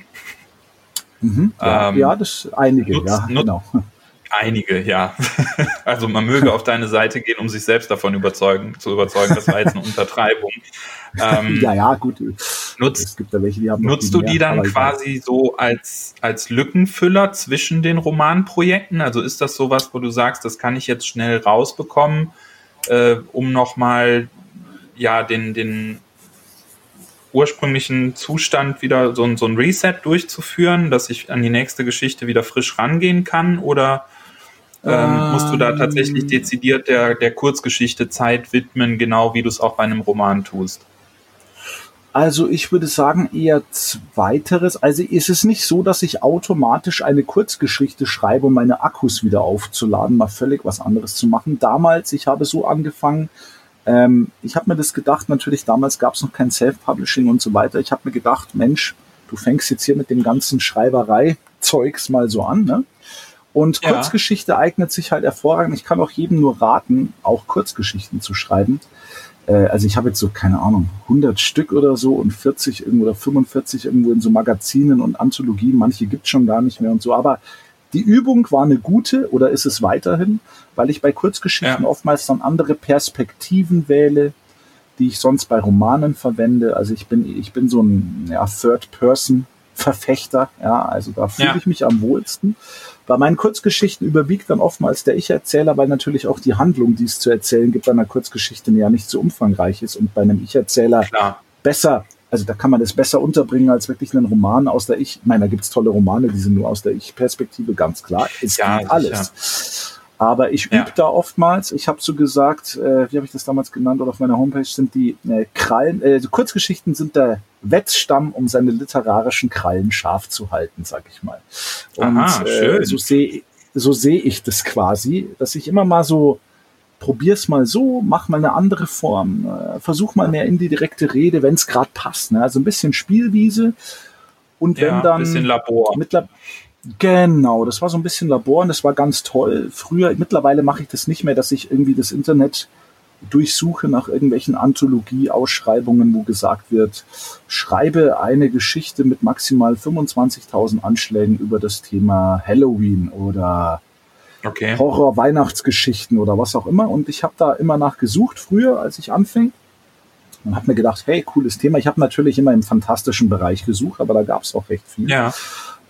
Ja, das einige, genau. Einige, ja. Also man möge auf deine Seite gehen, um sich selbst davon zu überzeugen. Das war jetzt eine Untertreibung. Ja, gut. Es gibt da welche, die haben nutzt du die dann quasi so als Lückenfüller zwischen den Romanprojekten? Also ist das sowas, wo du sagst, das kann ich jetzt schnell rausbekommen, um nochmal den ursprünglichen Zustand wieder so ein Reset durchzuführen, dass ich an die nächste Geschichte wieder frisch rangehen kann? Oder musst du da tatsächlich dezidiert der Kurzgeschichte Zeit widmen, genau wie du es auch bei einem Roman tust? Also ich würde sagen eher zweiteres. Also ist es nicht so, dass ich automatisch eine Kurzgeschichte schreibe, um meine Akkus wieder aufzuladen, mal völlig was anderes zu machen. Damals, ich habe so angefangen, ich habe mir das gedacht, natürlich damals gab es noch kein Self-Publishing und so weiter. Ich habe mir gedacht, Mensch, du fängst jetzt hier mit dem ganzen Schreiberei-Zeugs mal so an, ne? Und Kurzgeschichte eignet sich halt hervorragend. Ich kann auch jedem nur raten, auch Kurzgeschichten zu schreiben. Also ich habe jetzt so, keine Ahnung, 100 Stück oder so und 40 irgendwo oder 45 irgendwo in so Magazinen und Anthologien. Manche gibt's schon gar nicht mehr und so. Aber die Übung war eine gute oder ist es weiterhin, weil ich bei Kurzgeschichten oftmals dann andere Perspektiven wähle, die ich sonst bei Romanen verwende. Also ich bin so ein Third-Person-Verfechter. Ja, also da fühle ich mich am wohlsten. Bei meinen Kurzgeschichten überwiegt dann oftmals der Ich-Erzähler, weil natürlich auch die Handlung, die es zu erzählen gibt, bei einer Kurzgeschichte ja nicht so umfangreich ist und bei einem Ich-Erzähler besser, also da kann man das besser unterbringen als wirklich einen Roman aus der da gibt's tolle Romane, die sind nur aus der Ich-Perspektive, ganz klar. Es geht alles. Aber ich übe da oftmals, ich habe so gesagt, wie habe ich das damals genannt, oder auf meiner Homepage sind die Krallen, Kurzgeschichten sind der Wetzstamm, um seine literarischen Krallen scharf zu halten, sag ich mal. Und schön. So sehe ich das quasi, dass ich immer mal so, probier's mal so, mach mal eine andere Form, versuch mal mehr in die direkte Rede, wenn es gerade passt. Ne? Also ein bisschen Spielwiese und wenn dann... ein bisschen Labor. Genau, das war so ein bisschen Labor und das war ganz toll. Mittlerweile mache ich das nicht mehr, dass ich irgendwie das Internet durchsuche nach irgendwelchen Anthologie-Ausschreibungen, wo gesagt wird, schreibe eine Geschichte mit maximal 25.000 Anschlägen über das Thema Halloween oder Horror-Weihnachtsgeschichten oder was auch immer. Und ich habe da immer nach gesucht, früher, als ich anfing. Und habe mir gedacht, hey, cooles Thema. Ich habe natürlich immer im fantastischen Bereich gesucht, aber da gab es auch recht viel. Ja.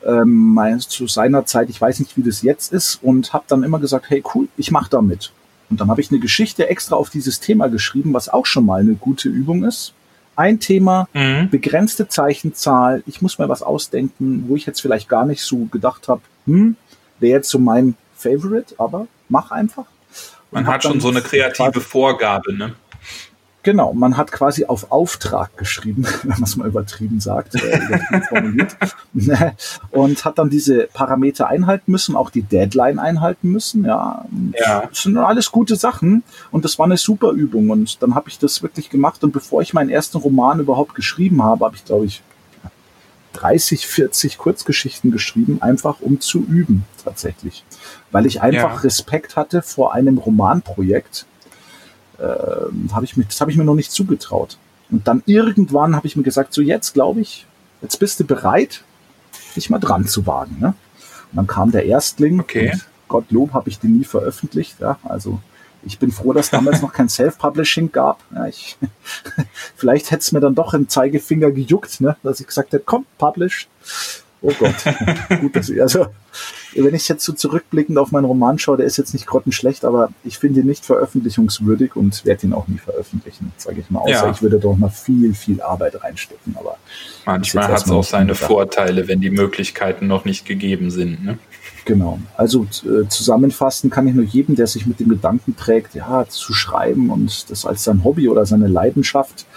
Zu seiner Zeit, ich weiß nicht, wie das jetzt ist, und habe dann immer gesagt, hey, cool, ich mache da mit. Und dann habe ich eine Geschichte extra auf dieses Thema geschrieben, was auch schon mal eine gute Übung ist. Ein Thema, begrenzte Zeichenzahl, ich muss mir was ausdenken, wo ich jetzt vielleicht gar nicht so gedacht habe, wäre jetzt so mein Favorite, aber mach einfach. Man hat schon so eine kreative Vorgabe, ne? Genau, man hat quasi auf Auftrag geschrieben, wenn man es mal übertrieben sagt, übertrieben formuliert, und hat dann diese Parameter einhalten müssen, auch die Deadline einhalten müssen. Ja. Das sind alles gute Sachen und das war eine super Übung und dann habe ich das wirklich gemacht und bevor ich meinen ersten Roman überhaupt geschrieben habe, habe ich, glaube ich, 30, 40 Kurzgeschichten geschrieben, einfach um zu üben tatsächlich, weil ich einfach Respekt hatte vor einem Romanprojekt. Das habe ich mir noch nicht zugetraut. Und dann irgendwann habe ich mir gesagt, so jetzt glaube ich, jetzt bist du bereit, dich mal dran zu wagen. Ne? Und dann kam der Erstling. Okay. Und Gottlob habe ich den nie veröffentlicht. Ja? Also ich bin froh, dass damals noch kein Self-Publishing gab. Ja, vielleicht hätte es mir dann doch im Zeigefinger gejuckt, ne? Dass ich gesagt hätte, komm, publish. Oh Gott. Gut, wenn ich jetzt so zurückblickend auf meinen Roman schaue, der ist jetzt nicht grottenschlecht, aber ich finde ihn nicht veröffentlichungswürdig und werde ihn auch nie veröffentlichen, sage ich mal. Außer ich würde doch noch viel, viel Arbeit reinstecken. Aber manchmal hat es auch seine Vorteile, wenn die Möglichkeiten noch nicht gegeben sind. Ne? Genau. Also zusammenfassen kann ich nur jedem, der sich mit dem Gedanken trägt, zu schreiben und das als sein Hobby oder seine Leidenschaft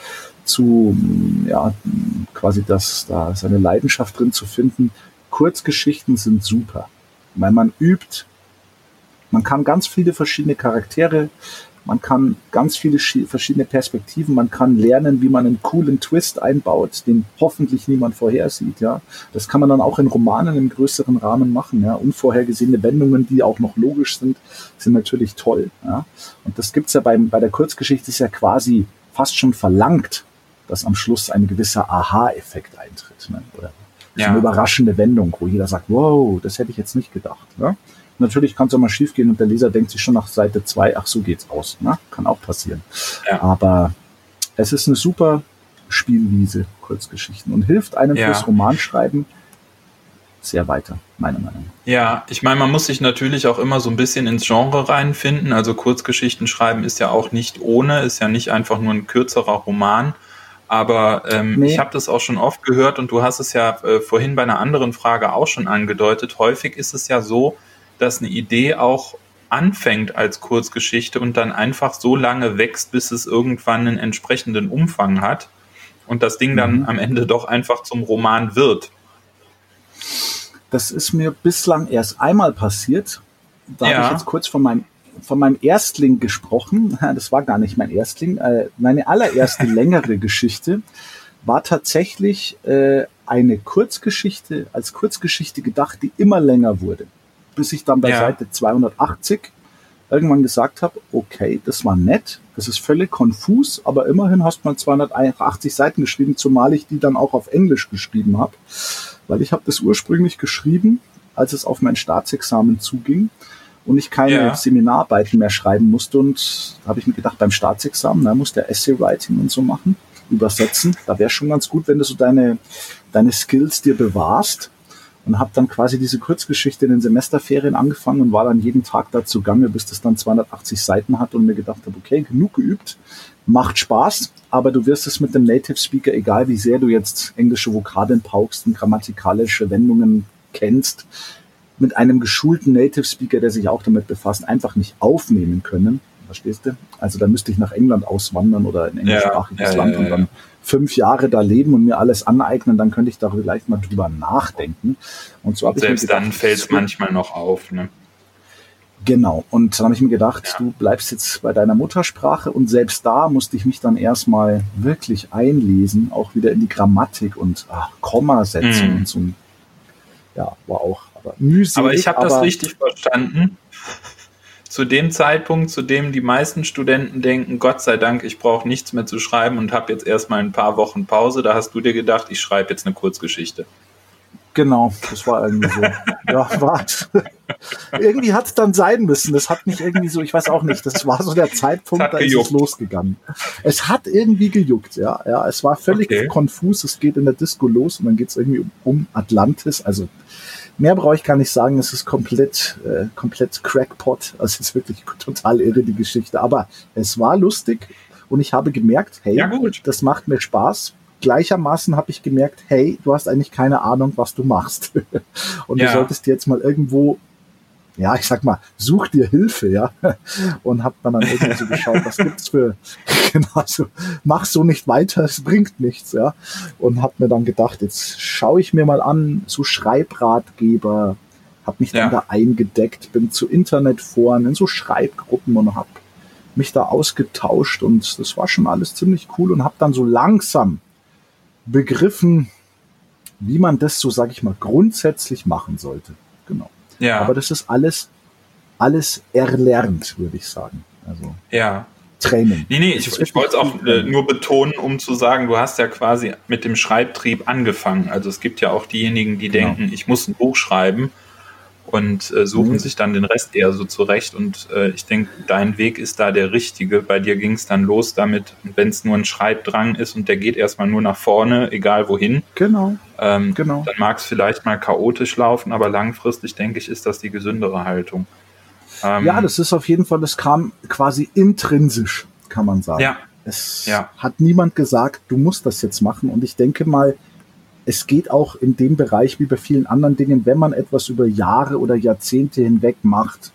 quasi da seine Leidenschaft drin zu finden. Kurzgeschichten sind super, weil man übt Man kann ganz viele verschiedene Charaktere, man kann ganz viele verschiedene Perspektiven, man kann lernen, wie man einen coolen Twist einbaut, den hoffentlich niemand vorhersieht. Ja, das kann man dann auch in Romanen im größeren Rahmen machen. Ja, unvorhergesehene Wendungen, die auch noch logisch sind natürlich toll. Ja, und das gibt's ja bei der Kurzgeschichte, ist ja quasi fast schon verlangt, dass am Schluss ein gewisser Aha-Effekt eintritt, ne? Oder so eine überraschende Wendung, wo jeder sagt, wow, das hätte ich jetzt nicht gedacht. Ja? Natürlich kann es auch mal schief gehen und der Leser denkt sich schon nach Seite 2, ach, so geht's aus. Ne? Kann auch passieren. Ja. Aber es ist eine super Spielwiese, Kurzgeschichten, und hilft einem fürs Romanschreiben sehr weiter, meiner Meinung nach. Ja, ich meine, man muss sich natürlich auch immer so ein bisschen ins Genre reinfinden. Also Kurzgeschichten schreiben ist ja auch nicht ohne, ist ja nicht einfach nur ein kürzerer Roman. Aber ich habe das auch schon oft gehört und du hast es ja vorhin bei einer anderen Frage auch schon angedeutet. Häufig ist es ja so, dass eine Idee auch anfängt als Kurzgeschichte und dann einfach so lange wächst, bis es irgendwann einen entsprechenden Umfang hat und das Ding dann am Ende doch einfach zum Roman wird. Das ist mir bislang erst einmal passiert. Da habe ich jetzt kurz von meinem Erstling gesprochen. Das war gar nicht mein Erstling. Meine allererste längere Geschichte war tatsächlich eine Kurzgeschichte, als Kurzgeschichte gedacht, die immer länger wurde. Bis ich dann bei Seite 280 irgendwann gesagt habe, okay, das war nett, das ist völlig konfus, aber immerhin hast du mal 280 Seiten geschrieben, zumal ich die dann auch auf Englisch geschrieben habe, weil ich habe das ursprünglich geschrieben, als es auf mein Staatsexamen zuging und ich keine Seminararbeiten mehr schreiben musste, und da habe ich mir gedacht, beim Staatsexamen, da musst du Essay-Writing und so machen, übersetzen, da wäre schon ganz gut, wenn du so deine Skills dir bewahrst. Und habe dann quasi diese Kurzgeschichte in den Semesterferien angefangen und war dann jeden Tag da zugange, bis das dann 280 Seiten hat und mir gedacht habe, okay, genug geübt, macht Spaß, aber du wirst es mit dem Native Speaker, egal wie sehr du jetzt englische Vokabeln paukst und grammatikalische Wendungen kennst, mit einem geschulten Native Speaker, der sich auch damit befasst, einfach nicht aufnehmen können. Verstehst du? Also da müsste ich nach England auswandern oder in englischsprachiges Land und dann 5 Jahre da leben und mir alles aneignen, dann könnte ich da vielleicht mal drüber nachdenken. Und so habe ich selbst mir gedacht, dann fällt es manchmal noch auf, ne? Genau. Und dann habe ich mir gedacht, du bleibst jetzt bei deiner Muttersprache, und selbst da musste ich mich dann erstmal wirklich einlesen, auch wieder in die Grammatik und Kommasetzung und so. Ja, war auch aber mühselig. Aber ich habe das richtig verstanden. Zu dem Zeitpunkt, zu dem die meisten Studenten denken, Gott sei Dank, ich brauche nichts mehr zu schreiben und habe jetzt erstmal ein paar Wochen Pause, da hast du dir gedacht, ich schreibe jetzt eine Kurzgeschichte. Genau, das war irgendwie so. Irgendwie hat es dann sein müssen. Das hat mich irgendwie so, ich weiß auch nicht, das war so der Zeitpunkt, da ist es losgegangen. Es hat irgendwie gejuckt, ja. Es war völlig konfus, es geht in der Disco los und dann geht es irgendwie um Atlantis, also mehr brauche ich gar nicht sagen, es ist komplett Crackpot, also es ist wirklich total irre, die Geschichte, aber es war lustig und ich habe gemerkt, hey, das macht mir Spaß. Gleichermaßen habe ich gemerkt, hey, du hast eigentlich keine Ahnung, was du machst und du solltest jetzt mal irgendwo, ja, ich sag mal, such dir Hilfe, ja, und hab dann irgendwie so geschaut, was gibt's für, genau so, mach so nicht weiter, es bringt nichts, ja, und hab mir dann gedacht, jetzt schaue ich mir mal an, so Schreibratgeber, hab mich dann da eingedeckt, bin zu Internetforen, in so Schreibgruppen und hab mich da ausgetauscht und das war schon alles ziemlich cool und hab dann so langsam begriffen, wie man das so, sag ich mal, grundsätzlich machen sollte, genau. Ja. Aber das ist alles erlernt, würde ich sagen. Also Training. Nee, ich wollte es auch nur betonen, um zu sagen, du hast ja quasi mit dem Schreibtrieb angefangen. Also es gibt ja auch diejenigen, die denken, ich muss ein Buch schreiben und suchen sich dann den Rest eher so zurecht. Und ich denke, dein Weg ist da der richtige. Bei dir ging es dann los damit, wenn es nur ein Schreibdrang ist und der geht erstmal nur nach vorne, egal wohin. Genau. Dann mag es vielleicht mal chaotisch laufen, aber langfristig, denke ich, ist das die gesündere Haltung. Ja, das ist auf jeden Fall, das kam quasi intrinsisch, kann man sagen. Ja. Es hat niemand gesagt, du musst das jetzt machen. Und ich denke mal, es geht auch in dem Bereich wie bei vielen anderen Dingen, wenn man etwas über Jahre oder Jahrzehnte hinweg macht,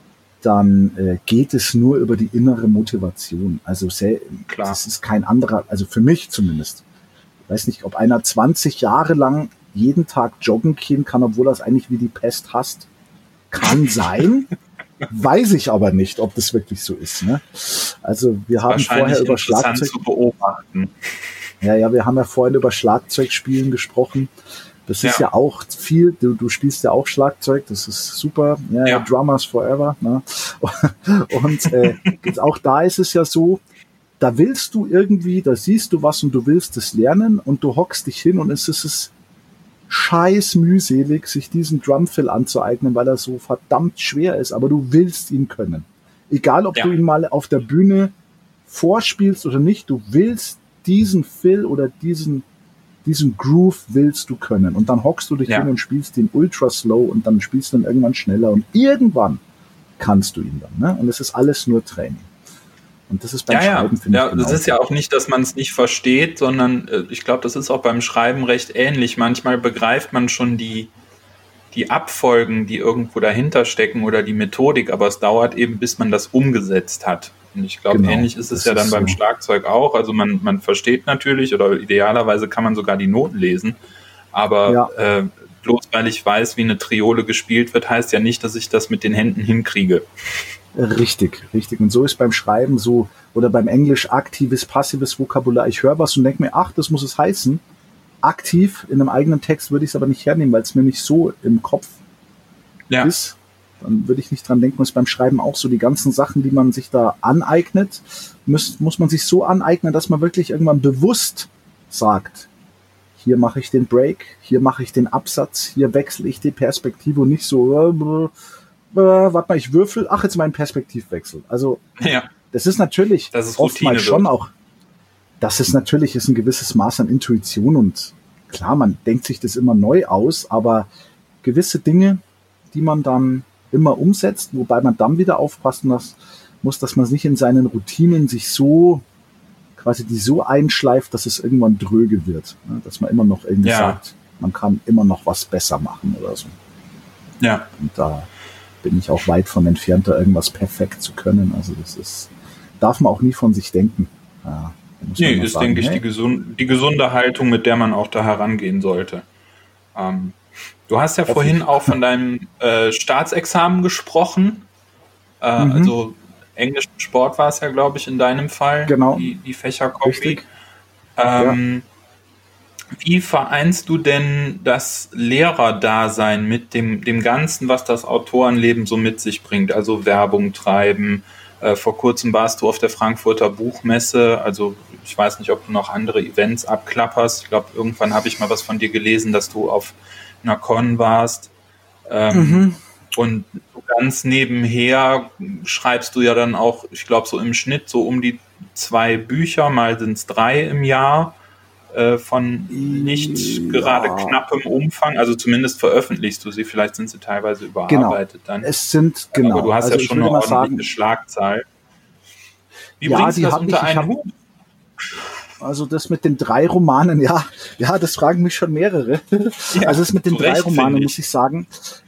dann geht es nur über die innere Motivation. Also das ist kein anderer, also für mich zumindest. Ich weiß nicht, ob einer 20 Jahre lang jeden Tag joggen gehen kann, obwohl er es eigentlich wie die Pest hasst. Kann sein. weiß ich aber nicht, ob das wirklich so ist. Ne? Also wir haben vorher über Schlagzeug zu beobachten. Ja, wir haben ja vorhin über Schlagzeugspielen gesprochen. Das ist ja auch viel, du spielst ja auch Schlagzeug, das ist super, ja. Drummers forever. Ne? Und auch da ist es ja so, da willst du irgendwie, da siehst du was und du willst es lernen und du hockst dich hin und es ist scheiß mühselig, sich diesen Drumfill anzueignen, weil er so verdammt schwer ist, aber du willst ihn können. Egal, ob du ihn mal auf der Bühne vorspielst oder nicht, du willst diesen Fill oder diesen Groove willst du können. Und dann hockst du dich hin und spielst den ultra slow und dann spielst du ihn irgendwann schneller und irgendwann kannst du ihn dann. Ne? Und es ist alles nur Training. Und das ist beim Schreiben, finde ich. Das ist ja auch nicht, dass man es nicht versteht, sondern ich glaube, das ist auch beim Schreiben recht ähnlich. Manchmal begreift man schon die Abfolgen, die irgendwo dahinter stecken oder die Methodik, aber es dauert eben, bis man das umgesetzt hat. Und ich glaube, ähnlich ist es ja dann beim Schlagzeug auch. Also man versteht natürlich oder idealerweise kann man sogar die Noten lesen, aber bloß weil ich weiß, wie eine Triole gespielt wird, heißt ja nicht, dass ich das mit den Händen hinkriege. Richtig. Und so ist beim Schreiben so, oder beim Englisch aktives, passives Vokabular. Ich höre was und denke mir, ach, das muss es heißen. Aktiv in einem eigenen Text würde ich es aber nicht hernehmen, weil es mir nicht so im Kopf ist. Dann würde ich nicht dran denken. Und es ist beim Schreiben auch so, die ganzen Sachen, die man sich da aneignet, muss man sich so aneignen, dass man wirklich irgendwann bewusst sagt, hier mache ich den Break, hier mache ich den Absatz, hier wechsle ich die Perspektive und nicht so, warte mal, ich würfel, ach, jetzt mein Perspektivwechsel. Also, das ist natürlich oftmals schon auch, das ist natürlich ein gewisses Maß an Intuition und klar, man denkt sich das immer neu aus, aber gewisse Dinge, die man dann immer umsetzt, wobei man dann wieder aufpassen muss, dass man nicht in seinen Routinen sich so quasi die so einschleift, dass es irgendwann dröge wird. Ne? Dass man immer noch irgendwie sagt, man kann immer noch was besser machen oder so. Ja. Und da bin ich auch weit von entfernt, da irgendwas perfekt zu können. Also darf man auch nie von sich denken. Ja, ist, sagen, denke ich, die gesunde Haltung, mit der man auch da herangehen sollte. Du hast ja vorhin auch von deinem Staatsexamen gesprochen. Also Englisch und Sport war es ja, glaube ich, in deinem Fall. Genau. Die Fächerkombi. Wie vereinst du denn das Lehrerdasein mit dem Ganzen, was das Autorenleben so mit sich bringt? Also Werbung treiben. Vor kurzem warst du auf der Frankfurter Buchmesse. Also ich weiß nicht, ob du noch andere Events abklapperst. Ich glaube, irgendwann habe ich mal was von dir gelesen, dass du auf einer Con warst. Und ganz nebenher schreibst du ja dann auch, ich glaube, so im Schnitt so um die 2 Bücher, mal sind es 3 im Jahr, von nicht gerade knappem Umfang, also zumindest veröffentlichst du sie, vielleicht sind sie teilweise überarbeitet dann. Es sind, aber du hast ja schon eine ordentliche Schlagzahl. Wie bringst du das unter einen Hut? Also das mit den 3 Romanen, ja, das fragen mich schon mehrere. Also das mit den 3 Romanen, muss ich sagen,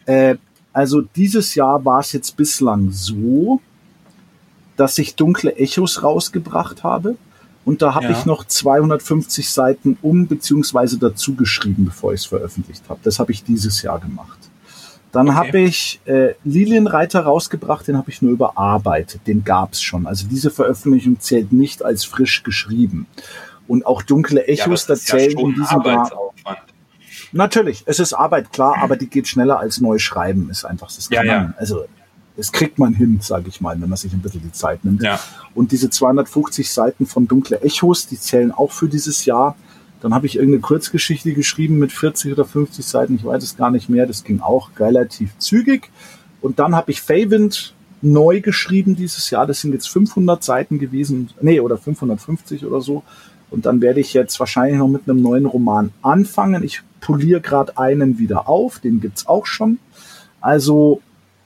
also dieses Jahr war es jetzt bislang so, dass ich Dunkle Echos rausgebracht habe. Und da habe ich noch 250 Seiten beziehungsweise dazu geschrieben, bevor ich es veröffentlicht habe. Das habe ich dieses Jahr gemacht. Dann habe ich Lilienreiter rausgebracht, den habe ich nur überarbeitet. Den gab es schon. Also diese Veröffentlichung zählt nicht als frisch geschrieben. Und auch Dunkle Echos, da zählen in diesem Jahr. Natürlich, es ist Arbeit, klar, aber die geht schneller als neu schreiben, ist einfach das. Also das kriegt man hin, sage ich mal, wenn man sich ein bisschen die Zeit nimmt. Ja. Und diese 250 Seiten von Dunkle Echos, die zählen auch für dieses Jahr. Dann habe ich irgendeine Kurzgeschichte geschrieben mit 40 oder 50 Seiten, ich weiß es gar nicht mehr, das ging auch relativ zügig. Und dann habe ich Feywind neu geschrieben dieses Jahr, das sind jetzt 500 Seiten gewesen, oder 550 oder so. Und dann werde ich jetzt wahrscheinlich noch mit einem neuen Roman anfangen. Ich poliere gerade einen wieder auf, den gibt's auch schon. Also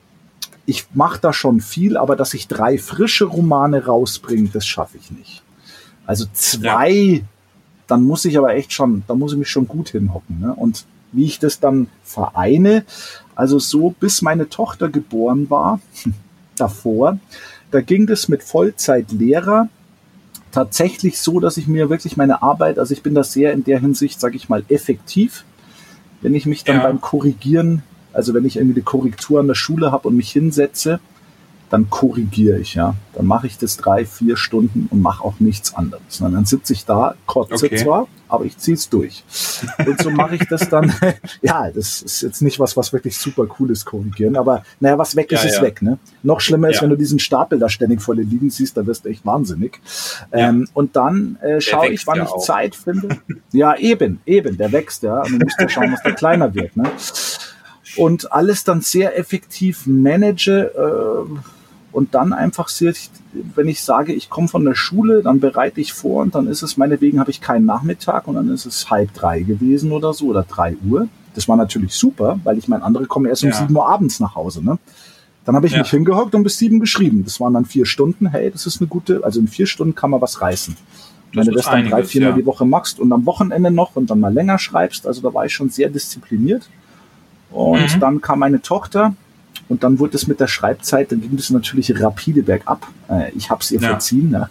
ich mache da schon viel, aber dass ich 3 frische Romane rausbringe, das schaffe ich nicht. Also 2, dann muss ich aber echt schon, da muss ich mich schon gut hinhocken. Ne? Und wie ich das dann vereine, also so bis meine Tochter geboren war, davor, da ging das mit Vollzeitlehrer tatsächlich so, dass ich mir wirklich meine Arbeit, also ich bin da sehr in der Hinsicht, sage ich mal, effektiv, wenn ich mich dann beim Korrigieren, also wenn ich irgendwie eine Korrektur an der Schule habe und mich hinsetze, dann korrigiere ich, ja. Dann mache ich das 3-4 Stunden und mache auch nichts anderes. Und dann sitze ich da, kotze zwar, aber ich ziehe es durch. Und so mache ich das dann. Ja, das ist jetzt nicht was wirklich super cool ist, korrigieren, aber naja, was weg ist, ist weg. Ne? Noch schlimmer ist, wenn du diesen Stapel da ständig vor dir liegen siehst, da wirst du echt wahnsinnig. Und dann schaue ich, wann ich Zeit finde. Ja, eben, der wächst, ja. Und du musst ja schauen, dass der kleiner wird. Ne? Und alles dann sehr effektiv manage und dann einfach sehr, wenn ich sage, ich komme von der Schule, dann bereite ich vor und dann ist es, meinetwegen habe ich keinen Nachmittag und dann ist es 2:30 gewesen oder so oder 3 Uhr. Das war natürlich super, weil ich meine, andere kommen erst um 7 Uhr abends nach Hause. Ne? Dann habe ich mich hingehockt und bis 7 geschrieben. Das waren dann 4 Stunden. Hey, das ist eine gute, also in 4 Stunden kann man was reißen. Wenn du das dann 3-4 Mal die Woche machst und am Wochenende noch und dann mal länger schreibst, also da war ich schon sehr diszipliniert. Und dann kam meine Tochter und dann wurde es mit der Schreibzeit, dann ging es natürlich rapide bergab. Ich habe es ihr verziehen. Ne?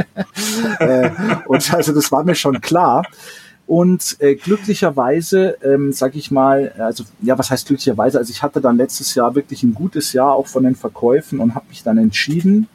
Und also das war mir schon klar. Und glücklicherweise, sage ich mal, also ja, was heißt glücklicherweise? Also ich hatte dann letztes Jahr wirklich ein gutes Jahr auch von den Verkäufen und habe mich dann entschieden,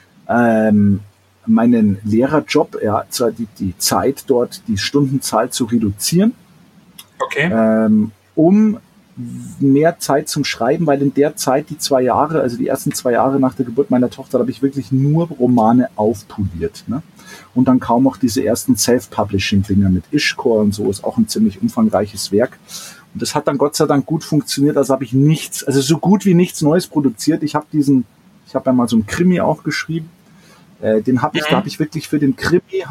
meinen Lehrerjob, die Zeit dort, die Stundenzahl zu reduzieren. Okay. Um mehr Zeit zum Schreiben, weil in der Zeit, die 2 Jahre, also die ersten 2 Jahre nach der Geburt meiner Tochter, habe ich wirklich nur Romane aufpoliert. Ne? Und dann kaum noch diese ersten Self-Publishing-Dinger mit Ishcore und so, ist auch ein ziemlich umfangreiches Werk. Und das hat dann Gott sei Dank gut funktioniert, also habe ich nichts, also so gut wie nichts Neues produziert. Ich habe ja mal so einen Krimi auch geschrieben, da habe ich wirklich für den Krimi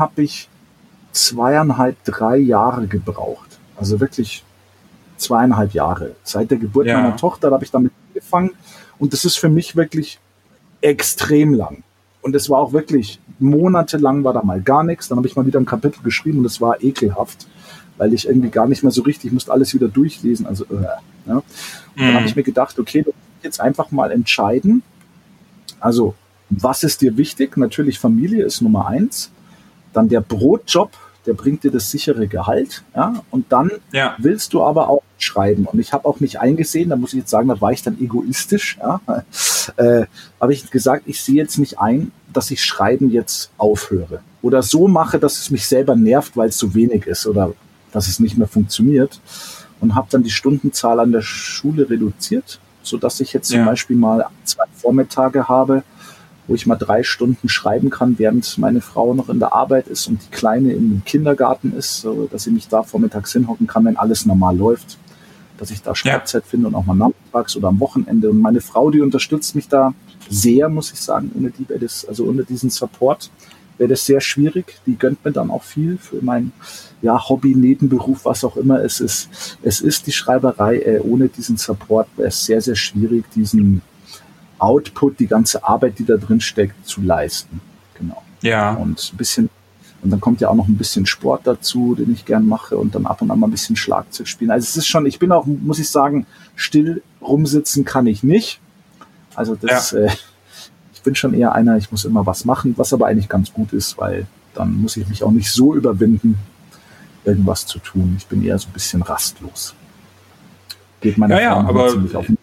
2,5, 3 Jahre gebraucht. Also wirklich 2,5 Jahre. Seit der Geburt meiner Tochter, da habe ich damit angefangen. Und das ist für mich wirklich extrem lang. Und es war auch wirklich, monatelang war da mal gar nichts. Dann habe ich mal wieder ein Kapitel geschrieben und es war ekelhaft, weil ich irgendwie gar nicht mehr so richtig, ich musste alles wieder durchlesen. Also, ja. Und dann habe ich mir gedacht, okay, du musst jetzt einfach mal entscheiden. Also, was ist dir wichtig? Natürlich Familie ist Nummer 1. Dann der Brotjob, der bringt dir das sichere Gehalt, ja, und dann willst du aber auch schreiben. Und ich habe auch nicht eingesehen, da muss ich jetzt sagen, da war ich dann egoistisch, ja, habe ich gesagt, ich sehe jetzt nicht ein, dass ich Schreiben jetzt aufhöre oder so mache, dass es mich selber nervt, weil es so wenig ist oder dass es nicht mehr funktioniert, und habe dann die Stundenzahl an der Schule reduziert, sodass ich jetzt zum Beispiel mal 2 Vormittage habe, wo ich mal 3 Stunden schreiben kann, während meine Frau noch in der Arbeit ist und die Kleine im Kindergarten ist, so dass ich mich da vormittags hinhocken kann, wenn alles normal läuft, dass ich da Schreibzeit finde und auch mal nachmittags oder am Wochenende. Und meine Frau, die unterstützt mich da sehr, muss ich sagen. Ohne diesen Support wäre das sehr schwierig. Die gönnt mir dann auch viel für mein Hobby, Nebenberuf, was auch immer es ist. Es ist die Schreiberei. Ohne diesen Support wäre es sehr, sehr schwierig, diesen Output, die ganze Arbeit, die da drin steckt, zu leisten. Genau. Ja. Und dann kommt ja auch noch ein bisschen Sport dazu, den ich gern mache, und dann ab und an mal ein bisschen Schlagzeug spielen. Also es ist schon, ich bin auch, muss ich sagen, still rumsitzen kann ich nicht. Also ich bin schon eher einer, ich muss immer was machen, was aber eigentlich ganz gut ist, weil dann muss ich mich auch nicht so überwinden, irgendwas zu tun. Ich bin eher so ein bisschen rastlos. Geht meine Frau aber ziemlich auf den...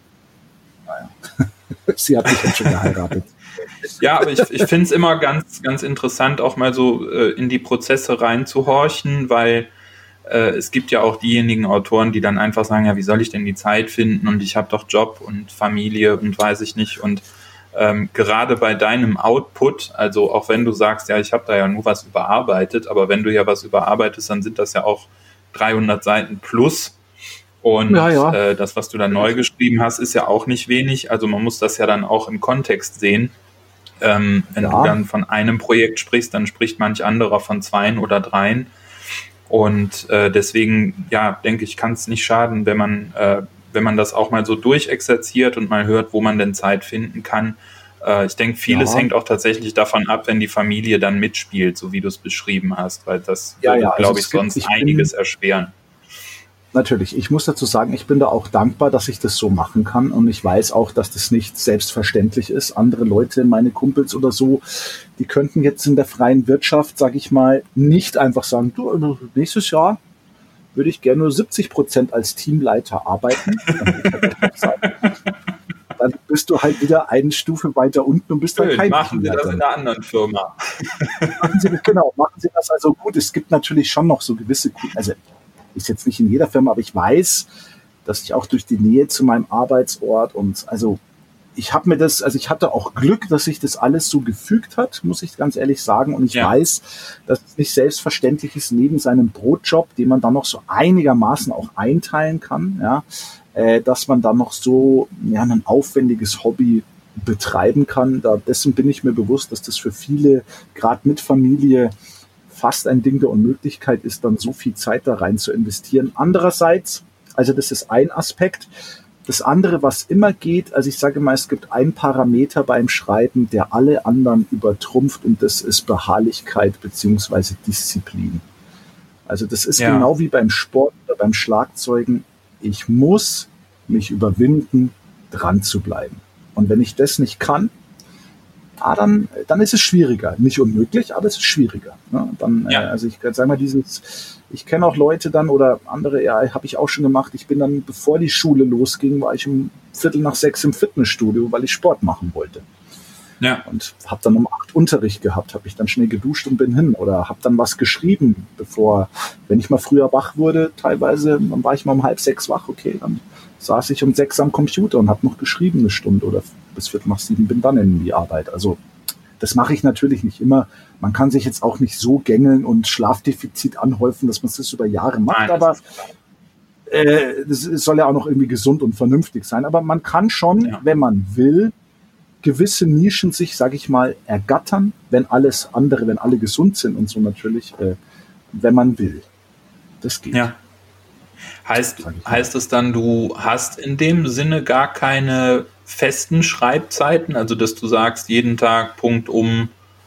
Sie hat mich jetzt schon geheiratet. Ja, aber ich finde es immer ganz, ganz interessant, auch mal so in die Prozesse reinzuhorchen, weil es gibt ja auch diejenigen Autoren, die dann einfach sagen, ja, wie soll ich denn die Zeit finden und ich habe doch Job und Familie und weiß ich nicht, und gerade bei deinem Output, also auch wenn du sagst, ja, ich habe da ja nur was überarbeitet, aber wenn du ja was überarbeitest, dann sind das ja auch 300 Seiten plus. Und das, was du da neu geschrieben hast, ist ja auch nicht wenig. Also man muss das ja dann auch im Kontext sehen. Wenn du dann von einem Projekt sprichst, dann spricht manch anderer von 2 oder 3. Und deswegen, denke ich, kann es nicht schaden, wenn man das auch mal so durchexerziert und mal hört, wo man denn Zeit finden kann. Ich denke, vieles hängt auch tatsächlich davon ab, wenn die Familie dann mitspielt, so wie du es beschrieben hast, weil das würde, glaube ich, sonst einiges erschweren. Natürlich, ich muss dazu sagen, ich bin da auch dankbar, dass ich das so machen kann, und ich weiß auch, dass das nicht selbstverständlich ist. Andere Leute, meine Kumpels oder so, die könnten jetzt in der freien Wirtschaft, sage ich mal, nicht einfach sagen, du, nächstes Jahr würde ich gerne nur 70% als Teamleiter arbeiten. Dann bist bist du halt wieder eine Stufe weiter unten und bist dann kein Machen Sie das in einer anderen Firma. Machen Sie das also gut. Es gibt natürlich schon noch so gewisse, also ist jetzt nicht in jeder Firma, aber ich weiß, dass ich auch durch die Nähe zu meinem Arbeitsort und also ich hatte auch Glück, dass sich das alles so gefügt hat, muss ich ganz ehrlich sagen. Und ich weiß, dass es nicht selbstverständlich ist, neben seinem Brotjob, den man dann noch so einigermaßen auch einteilen kann, dass man dann noch so ein aufwendiges Hobby betreiben kann. Dessen bin ich mir bewusst, dass das für viele, gerade mit Familie, fast ein Ding der Unmöglichkeit ist, dann so viel Zeit da rein zu investieren. Andererseits, also das ist ein Aspekt. Das andere, was immer geht, also ich sage mal, es gibt einen Parameter beim Schreiben, der alle anderen übertrumpft und das ist Beharrlichkeit beziehungsweise Disziplin. Also das ist genau wie beim Sport oder beim Schlagzeugen. Ich muss mich überwinden, dran zu bleiben. Und wenn ich das nicht kann, dann ist es schwieriger. Nicht unmöglich, aber es ist schwieriger. Ne? Also ich sage mal, ich kenne auch Leute dann oder andere, habe ich auch schon gemacht. Ich bin dann, bevor die Schule losging, war ich um 5:45 im Fitnessstudio, weil ich Sport machen wollte. Ja. Und habe dann um 8 Unterricht gehabt, habe ich dann schnell geduscht und bin hin oder habe dann was geschrieben, wenn ich mal früher wach wurde, teilweise, dann war ich mal um 5:30 wach, okay, dann saß ich um 6 am Computer und habe noch geschrieben 1 Stunde oder bis 6:45 bin dann in die Arbeit. Also das mache ich natürlich nicht immer. Man kann sich jetzt auch nicht so gängeln und Schlafdefizit anhäufen, dass man das über Jahre macht, aber das soll ja auch noch irgendwie gesund und vernünftig sein. Aber man kann schon, wenn man will, gewisse Nischen sich, sage ich mal, ergattern, wenn alle gesund sind und so natürlich, wenn man will. Das geht. Ja. Heißt es dann, du hast in dem Sinne gar keine festen Schreibzeiten, also dass du sagst, jeden Tag Punkt um,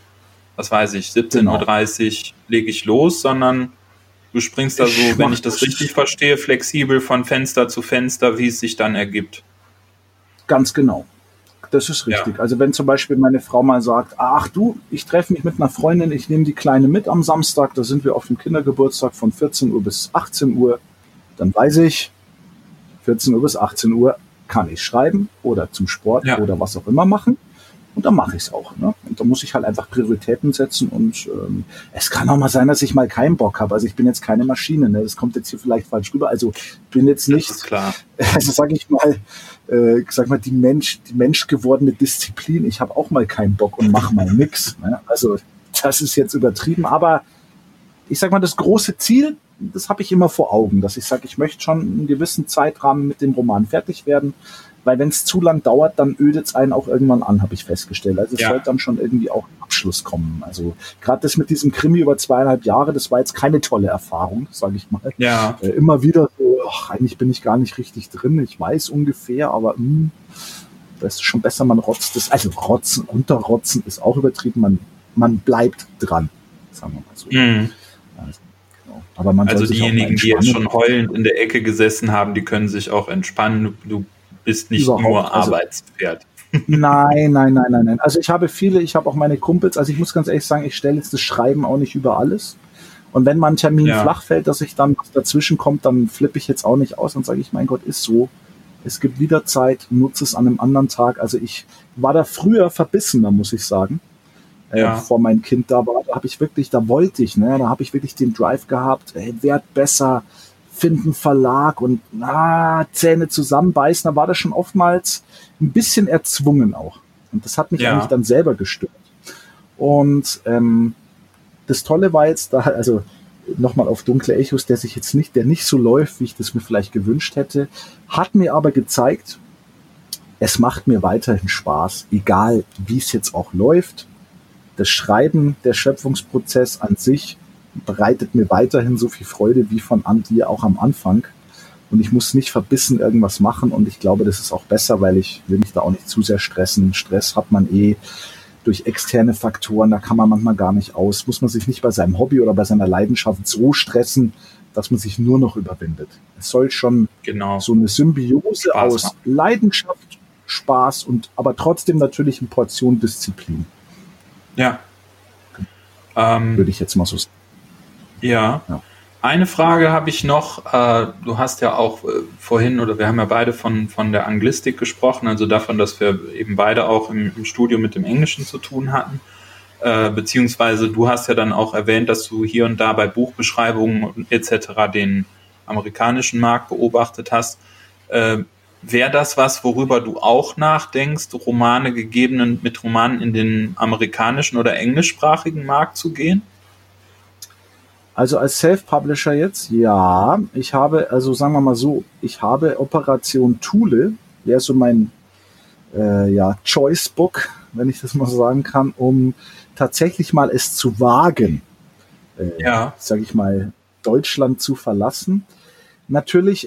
17:30 Uhr lege ich los, sondern du springst da so, wenn ich das richtig verstehe, flexibel von Fenster zu Fenster, wie es sich dann ergibt. Ganz genau. Das ist richtig. Ja. Also wenn zum Beispiel meine Frau mal sagt, ach du, ich treffe mich mit einer Freundin, ich nehme die Kleine mit am Samstag, da sind wir auf dem Kindergeburtstag von 14 Uhr bis 18 Uhr, dann weiß ich, 14 Uhr bis 18 Uhr kann ich schreiben oder zum Sport oder was auch immer machen. Und dann mache ich es auch. Ne? Und da muss ich halt einfach Prioritäten setzen. Und es kann auch mal sein, dass ich mal keinen Bock habe. Also ich bin jetzt keine Maschine. Ne? Das kommt jetzt hier vielleicht falsch rüber. Also ich bin jetzt nicht, das ist klar. Also sage ich mal, die Mensch gewordene Disziplin. Ich habe auch mal keinen Bock und mache mal nix. Ne? Also das ist jetzt übertrieben. Aber ich sag mal, das große Ziel, das habe ich immer vor Augen, dass ich sage, ich möchte schon einen gewissen Zeitrahmen mit dem Roman fertig werden, weil wenn es zu lang dauert, dann ödet es einen auch irgendwann an, habe ich festgestellt. Also es sollte dann schon irgendwie auch ein Abschluss kommen. Also gerade das mit diesem Krimi über 2,5 Jahre, das war jetzt keine tolle Erfahrung, sage ich mal. Ja. Immer wieder so, eigentlich bin ich gar nicht richtig drin, ich weiß ungefähr, aber das ist schon besser, man rotzt es. Also runterrotzen ist auch übertrieben, man bleibt dran, sagen wir mal so. Mhm. Aber man also diejenigen, die jetzt schon heulend in der Ecke gesessen haben, die können sich auch entspannen. Du bist nicht nur Arbeitspferd. Nein. Also ich habe auch meine Kumpels, also ich muss ganz ehrlich sagen, ich stelle jetzt das Schreiben auch nicht über alles. Und wenn mal ein Termin flach fällt, dass ich dann was dazwischen kommt, dann flippe ich jetzt auch nicht aus und sage ich, mein Gott, ist so. Es gibt wieder Zeit, nutze es an einem anderen Tag. Also ich war da früher verbissener, muss ich sagen. Bevor mein Kind da war, da habe ich wirklich den Drive gehabt, werd besser, finden Verlag und Zähne zusammenbeißen, da war das schon oftmals ein bisschen erzwungen auch. Und das hat mich eigentlich dann selber gestört. Und das Tolle war jetzt da, also nochmal auf Dunkle Echos, der nicht so läuft, wie ich das mir vielleicht gewünscht hätte, hat mir aber gezeigt, es macht mir weiterhin Spaß, egal wie es jetzt auch läuft. Das Schreiben, der Schöpfungsprozess an sich bereitet mir weiterhin so viel Freude wie auch am Anfang. Und ich muss nicht verbissen irgendwas machen. Und ich glaube, das ist auch besser, weil ich will mich da auch nicht zu sehr stressen. Stress hat man durch externe Faktoren, da kann man manchmal gar nicht aus. Muss man sich nicht bei seinem Hobby oder bei seiner Leidenschaft so stressen, dass man sich nur noch überwindet. Es soll schon so eine Symbiose Spaß aus machen. Leidenschaft, Spaß aber trotzdem natürlich eine Portion Disziplin. Ja. Würde ich jetzt mal so sagen. Ja. Eine Frage habe ich noch. Du hast ja auch vorhin, oder wir haben ja beide von der Anglistik gesprochen, also davon, dass wir eben beide auch im Studium mit dem Englischen zu tun hatten. Beziehungsweise du hast ja dann auch erwähnt, dass du hier und da bei Buchbeschreibungen etc. den amerikanischen Markt beobachtet hast. Wäre das was, worüber du auch nachdenkst, mit Romanen in den amerikanischen oder englischsprachigen Markt zu gehen? Also als Self-Publisher jetzt, ja. Ich habe, also sagen wir mal so, ich habe Operation Thule, wäre so mein Choice-Book, wenn ich das mal so sagen kann, um tatsächlich mal es zu wagen, sage ich mal, Deutschland zu verlassen. Natürlich,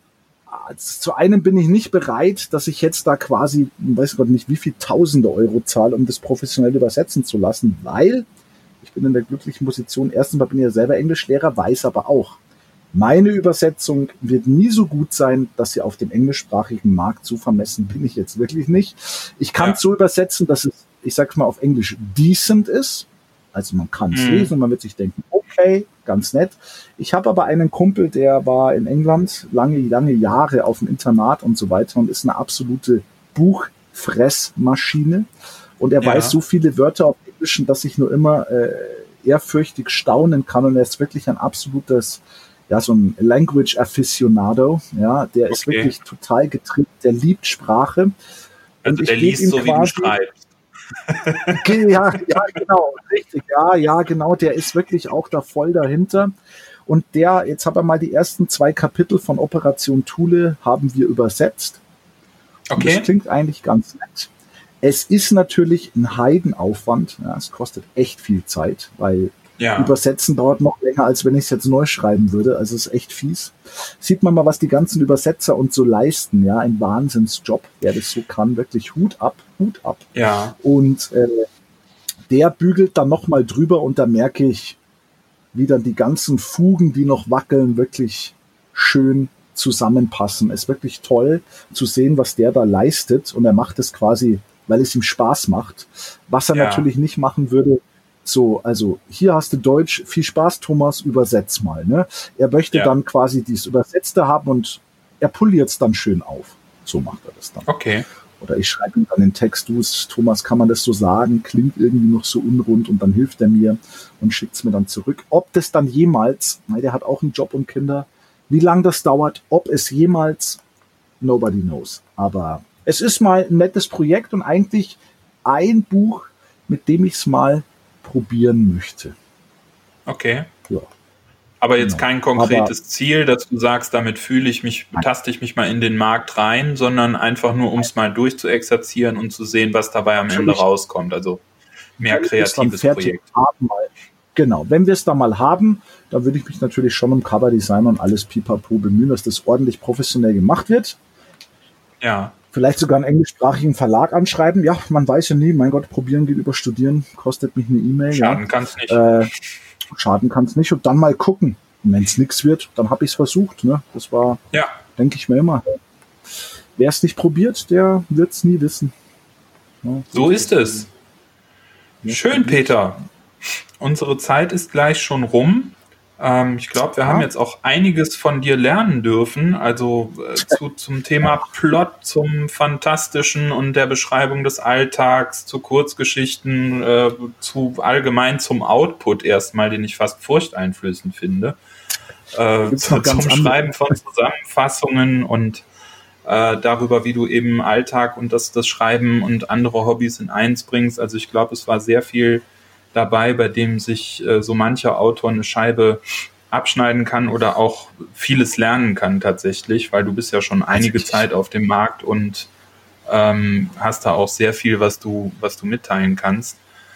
zu einem bin ich nicht bereit, dass ich jetzt da quasi, weiß Gott nicht, wie viel Tausende Euro zahle, um das professionell übersetzen zu lassen, weil ich bin in der glücklichen Position, erstens mal bin ich ja selber Englischlehrer, weiß aber auch, meine Übersetzung wird nie so gut sein, dass sie auf dem englischsprachigen Markt so vermessen bin ich jetzt wirklich nicht. Ich kann es so übersetzen, dass es, ich sag's mal auf Englisch, decent ist. Also man kann es lesen und man wird sich denken, okay, ganz nett. Ich habe aber einen Kumpel, der war in England lange Jahre auf dem Internat und so weiter und ist eine absolute Buchfressmaschine. Und er weiß so viele Wörter auf Englisch, dass ich nur immer ehrfürchtig staunen kann. Und er ist wirklich ein absolutes, so ein Language Aficionado. Ja, der ist wirklich total getrieben. Der liebt Sprache. Also der liest so, wie du schreibst. Ja, genau, richtig. Ja, genau. Der ist wirklich auch da voll dahinter. Und jetzt hat er mal die ersten 2 Kapitel von Operation Thule haben wir übersetzt. Okay. Und das klingt eigentlich ganz nett. Es ist natürlich ein Heidenaufwand. Ja, es kostet echt viel Zeit, weil Übersetzen dauert noch länger, als wenn ich es jetzt neu schreiben würde. Also es ist echt fies. Sieht man mal, was die ganzen Übersetzer und so leisten. Ja, ein Wahnsinnsjob, wer das so kann. Wirklich Hut ab. Ja. Und der bügelt dann nochmal drüber und da merke ich, wie dann die ganzen Fugen, die noch wackeln, wirklich schön zusammenpassen. Es ist wirklich toll zu sehen, was der da leistet. Und er macht es quasi, weil es ihm Spaß macht. Was er natürlich nicht machen würde, so, also hier hast du Deutsch, viel Spaß, Thomas, übersetz mal. Ne? Er möchte dann quasi dieses Übersetzte haben und er poliert es dann schön auf. So macht er das dann. Okay. Oder ich schreibe ihm dann den Text, Thomas, kann man das so sagen? Klingt irgendwie noch so unrund und dann hilft er mir und schickt es mir dann zurück. Ob das dann jemals, der hat auch einen Job und Kinder, wie lange das dauert, ob es jemals, nobody knows. Aber es ist mal ein nettes Projekt und eigentlich ein Buch, mit dem ich es mal probieren möchte. Okay. Ja. Aber jetzt kein konkretes Ziel, dass du sagst, damit taste ich mich mal in den Markt rein, sondern einfach nur, um es mal durchzuexerzieren und zu sehen, was dabei am Ende rauskommt. Also mehr kreatives Projekt. Genau, wenn wir es da mal haben, dann würde ich mich natürlich schon um Coverdesign und alles pipapo bemühen, dass das ordentlich professionell gemacht wird. Ja. Vielleicht sogar einen englischsprachigen Verlag anschreiben. Ja, man weiß ja nie. Mein Gott, probieren geht über Studieren. Kostet mich eine E-Mail. Schaden kann es nicht. Schaden kann es nicht. Und dann mal gucken. Und wenn es nichts wird, dann habe ich es versucht. Ne? Das war, denke ich mir immer. Wer es nicht probiert, der wird es nie wissen. Ja, so ist es. Schön, Peter. Unsere Zeit ist gleich schon rum. Ich glaube, wir haben jetzt auch einiges von dir lernen dürfen, also zum Thema Plot, zum Fantastischen und der Beschreibung des Alltags, zu Kurzgeschichten, allgemein zum Output erstmal, den ich fast furchteinflößend finde, zum Schreiben von Zusammenfassungen und darüber, wie du eben Alltag und das Schreiben und andere Hobbys in eins bringst. Also ich glaube, es war sehr viel dabei, bei dem sich so mancher Autor eine Scheibe abschneiden kann oder auch vieles lernen kann tatsächlich, weil du bist ja schon einige Zeit auf dem Markt und hast da auch sehr viel, was du mitteilen kannst.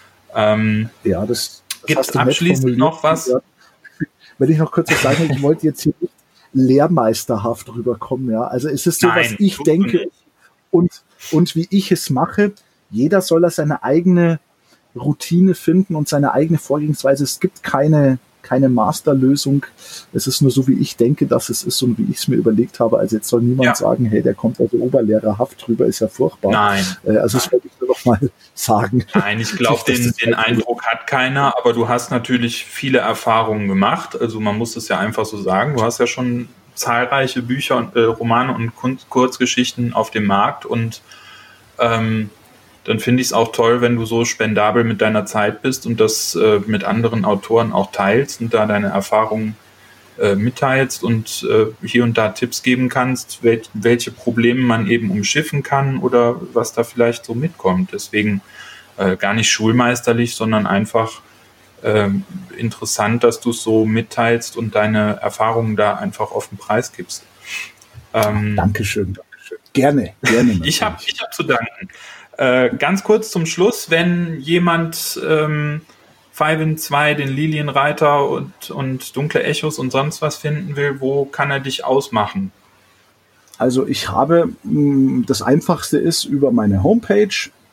Das gibt es abschließend noch was? Ja. Wenn ich noch kurz was sagen, ich wollte jetzt hier nicht lehrmeisterhaft rüberkommen. Ja? Also es ist so, was ich denke und wie ich es mache. Jeder soll da seine eigene Routine finden und seine eigene Vorgehensweise. Es gibt keine Masterlösung. Es ist nur so, wie ich denke, dass es ist und wie ich es mir überlegt habe. Also jetzt soll niemand sagen, hey, der kommt also oberlehrerhaft drüber, ist ja furchtbar. Nein. Also es wollte ich nur mal sagen. Nein, ich glaube, den Eindruck hat keiner, aber du hast natürlich viele Erfahrungen gemacht. Also man muss es ja einfach so sagen. Du hast ja schon zahlreiche Bücher, Romane und Kurzgeschichten auf dem Markt und dann finde ich es auch toll, wenn du so spendabel mit deiner Zeit bist und das mit anderen Autoren auch teilst und da deine Erfahrungen mitteilst und hier und da Tipps geben kannst, welche Probleme man eben umschiffen kann oder was da vielleicht so mitkommt. Deswegen gar nicht schulmeisterlich, sondern einfach interessant, dass du es so mitteilst und deine Erfahrungen da einfach auf den Preis gibst. Dankeschön. Gerne. Ich hab zu danken. Ganz kurz zum Schluss, wenn jemand 5 in 2, den Lilienreiter und Dunkle Echos und sonst was finden will, wo kann er dich ausmachen? Also ich habe, das Einfachste ist über meine Homepage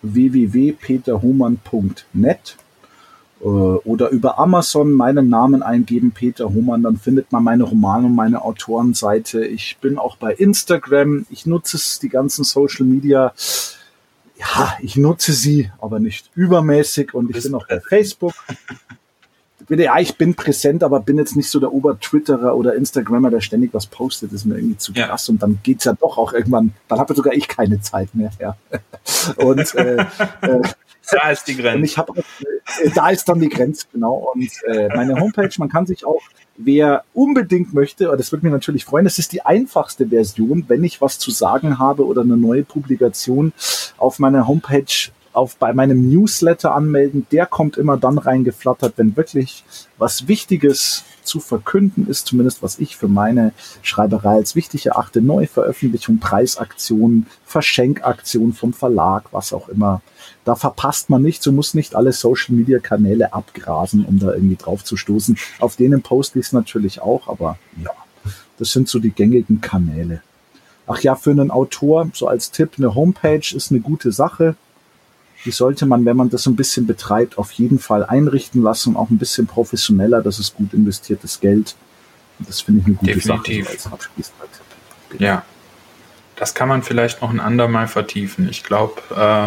www.peterhohmann.net oder über Amazon meinen Namen eingeben, Peter Hohmann, dann findet man meine Romane und meine Autorenseite. Ich bin auch bei Instagram, ich nutze die ganzen Social Media. Ja, ich nutze sie, aber nicht übermäßig und ich bin auch bei Facebook. Ja, ich bin präsent, aber bin jetzt nicht so der Ober-Twitterer oder Instagrammer, der ständig was postet. Das ist mir irgendwie zu krass und dann geht's ja doch auch irgendwann, dann habe sogar ich keine Zeit mehr. Ja. Und da ist die Grenze. Und ich habe da ist dann die Grenze, genau. Und meine Homepage, man kann sich auch, wer unbedingt möchte, das würde mich natürlich freuen, das ist die einfachste Version, wenn ich was zu sagen habe oder eine neue Publikation auf meiner Homepage bei meinem Newsletter anmelden. Der kommt immer dann reingeflattert, wenn wirklich was Wichtiges zu verkünden ist, zumindest was ich für meine Schreiberei als wichtig erachte, Neuveröffentlichung, Preisaktionen, Verschenkaktionen vom Verlag, was auch immer. Da verpasst man nichts, so muss nicht alle Social-Media-Kanäle abgrasen, um da irgendwie drauf zu stoßen. Auf denen poste ich es natürlich auch, aber ja, das sind so die gängigen Kanäle. Ach ja, für einen Autor, so als Tipp, eine Homepage ist eine gute Sache. Die sollte man, wenn man das so ein bisschen betreibt, auf jeden Fall einrichten lassen, auch ein bisschen professioneller. Das ist gut investiertes Geld. Und das finde ich eine gute Sache. So als abschließender Tipp. Genau. Ja, das kann man vielleicht noch ein andermal vertiefen. Ich glaube,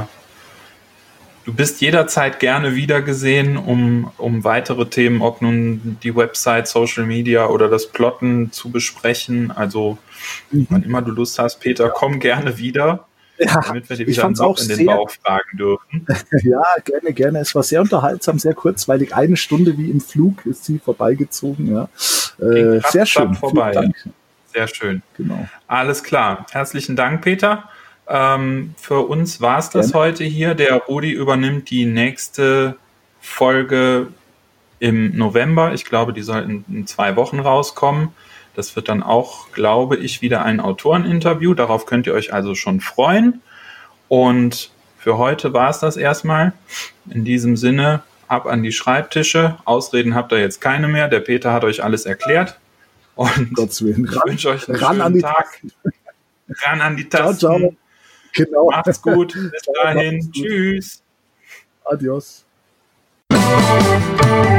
du bist jederzeit gerne wiedergesehen, um weitere Themen, ob nun die Website, Social Media oder das Plotten zu besprechen. Also, wann immer du Lust hast, Peter, komm gerne wieder. Ja, damit wir dir wieder einen Loch in den Bauch fragen dürfen. Ja, gerne. Es war sehr unterhaltsam, sehr kurzweilig. 1 Stunde wie im Flug ist sie vorbeigezogen. Ja. Sehr schön. Vorbei. Sehr schön. Genau. Alles klar. Herzlichen Dank, Peter. Für uns war es das heute hier. Der Rudi übernimmt die nächste Folge im November. Ich glaube, die soll in 2 Wochen rauskommen. Das wird dann auch, glaube ich, wieder ein Autoreninterview. Darauf könnt ihr euch also schon freuen. Und für heute war es das erstmal. In diesem Sinne, ab an die Schreibtische. Ausreden habt ihr jetzt keine mehr. Der Peter hat euch alles erklärt. Und Gottes Willen. Ich wünsche euch einen schönen Tag. Ran an die Tasten. Ciao. Genau. Macht's gut. Bis dahin. Tschüss. Adios.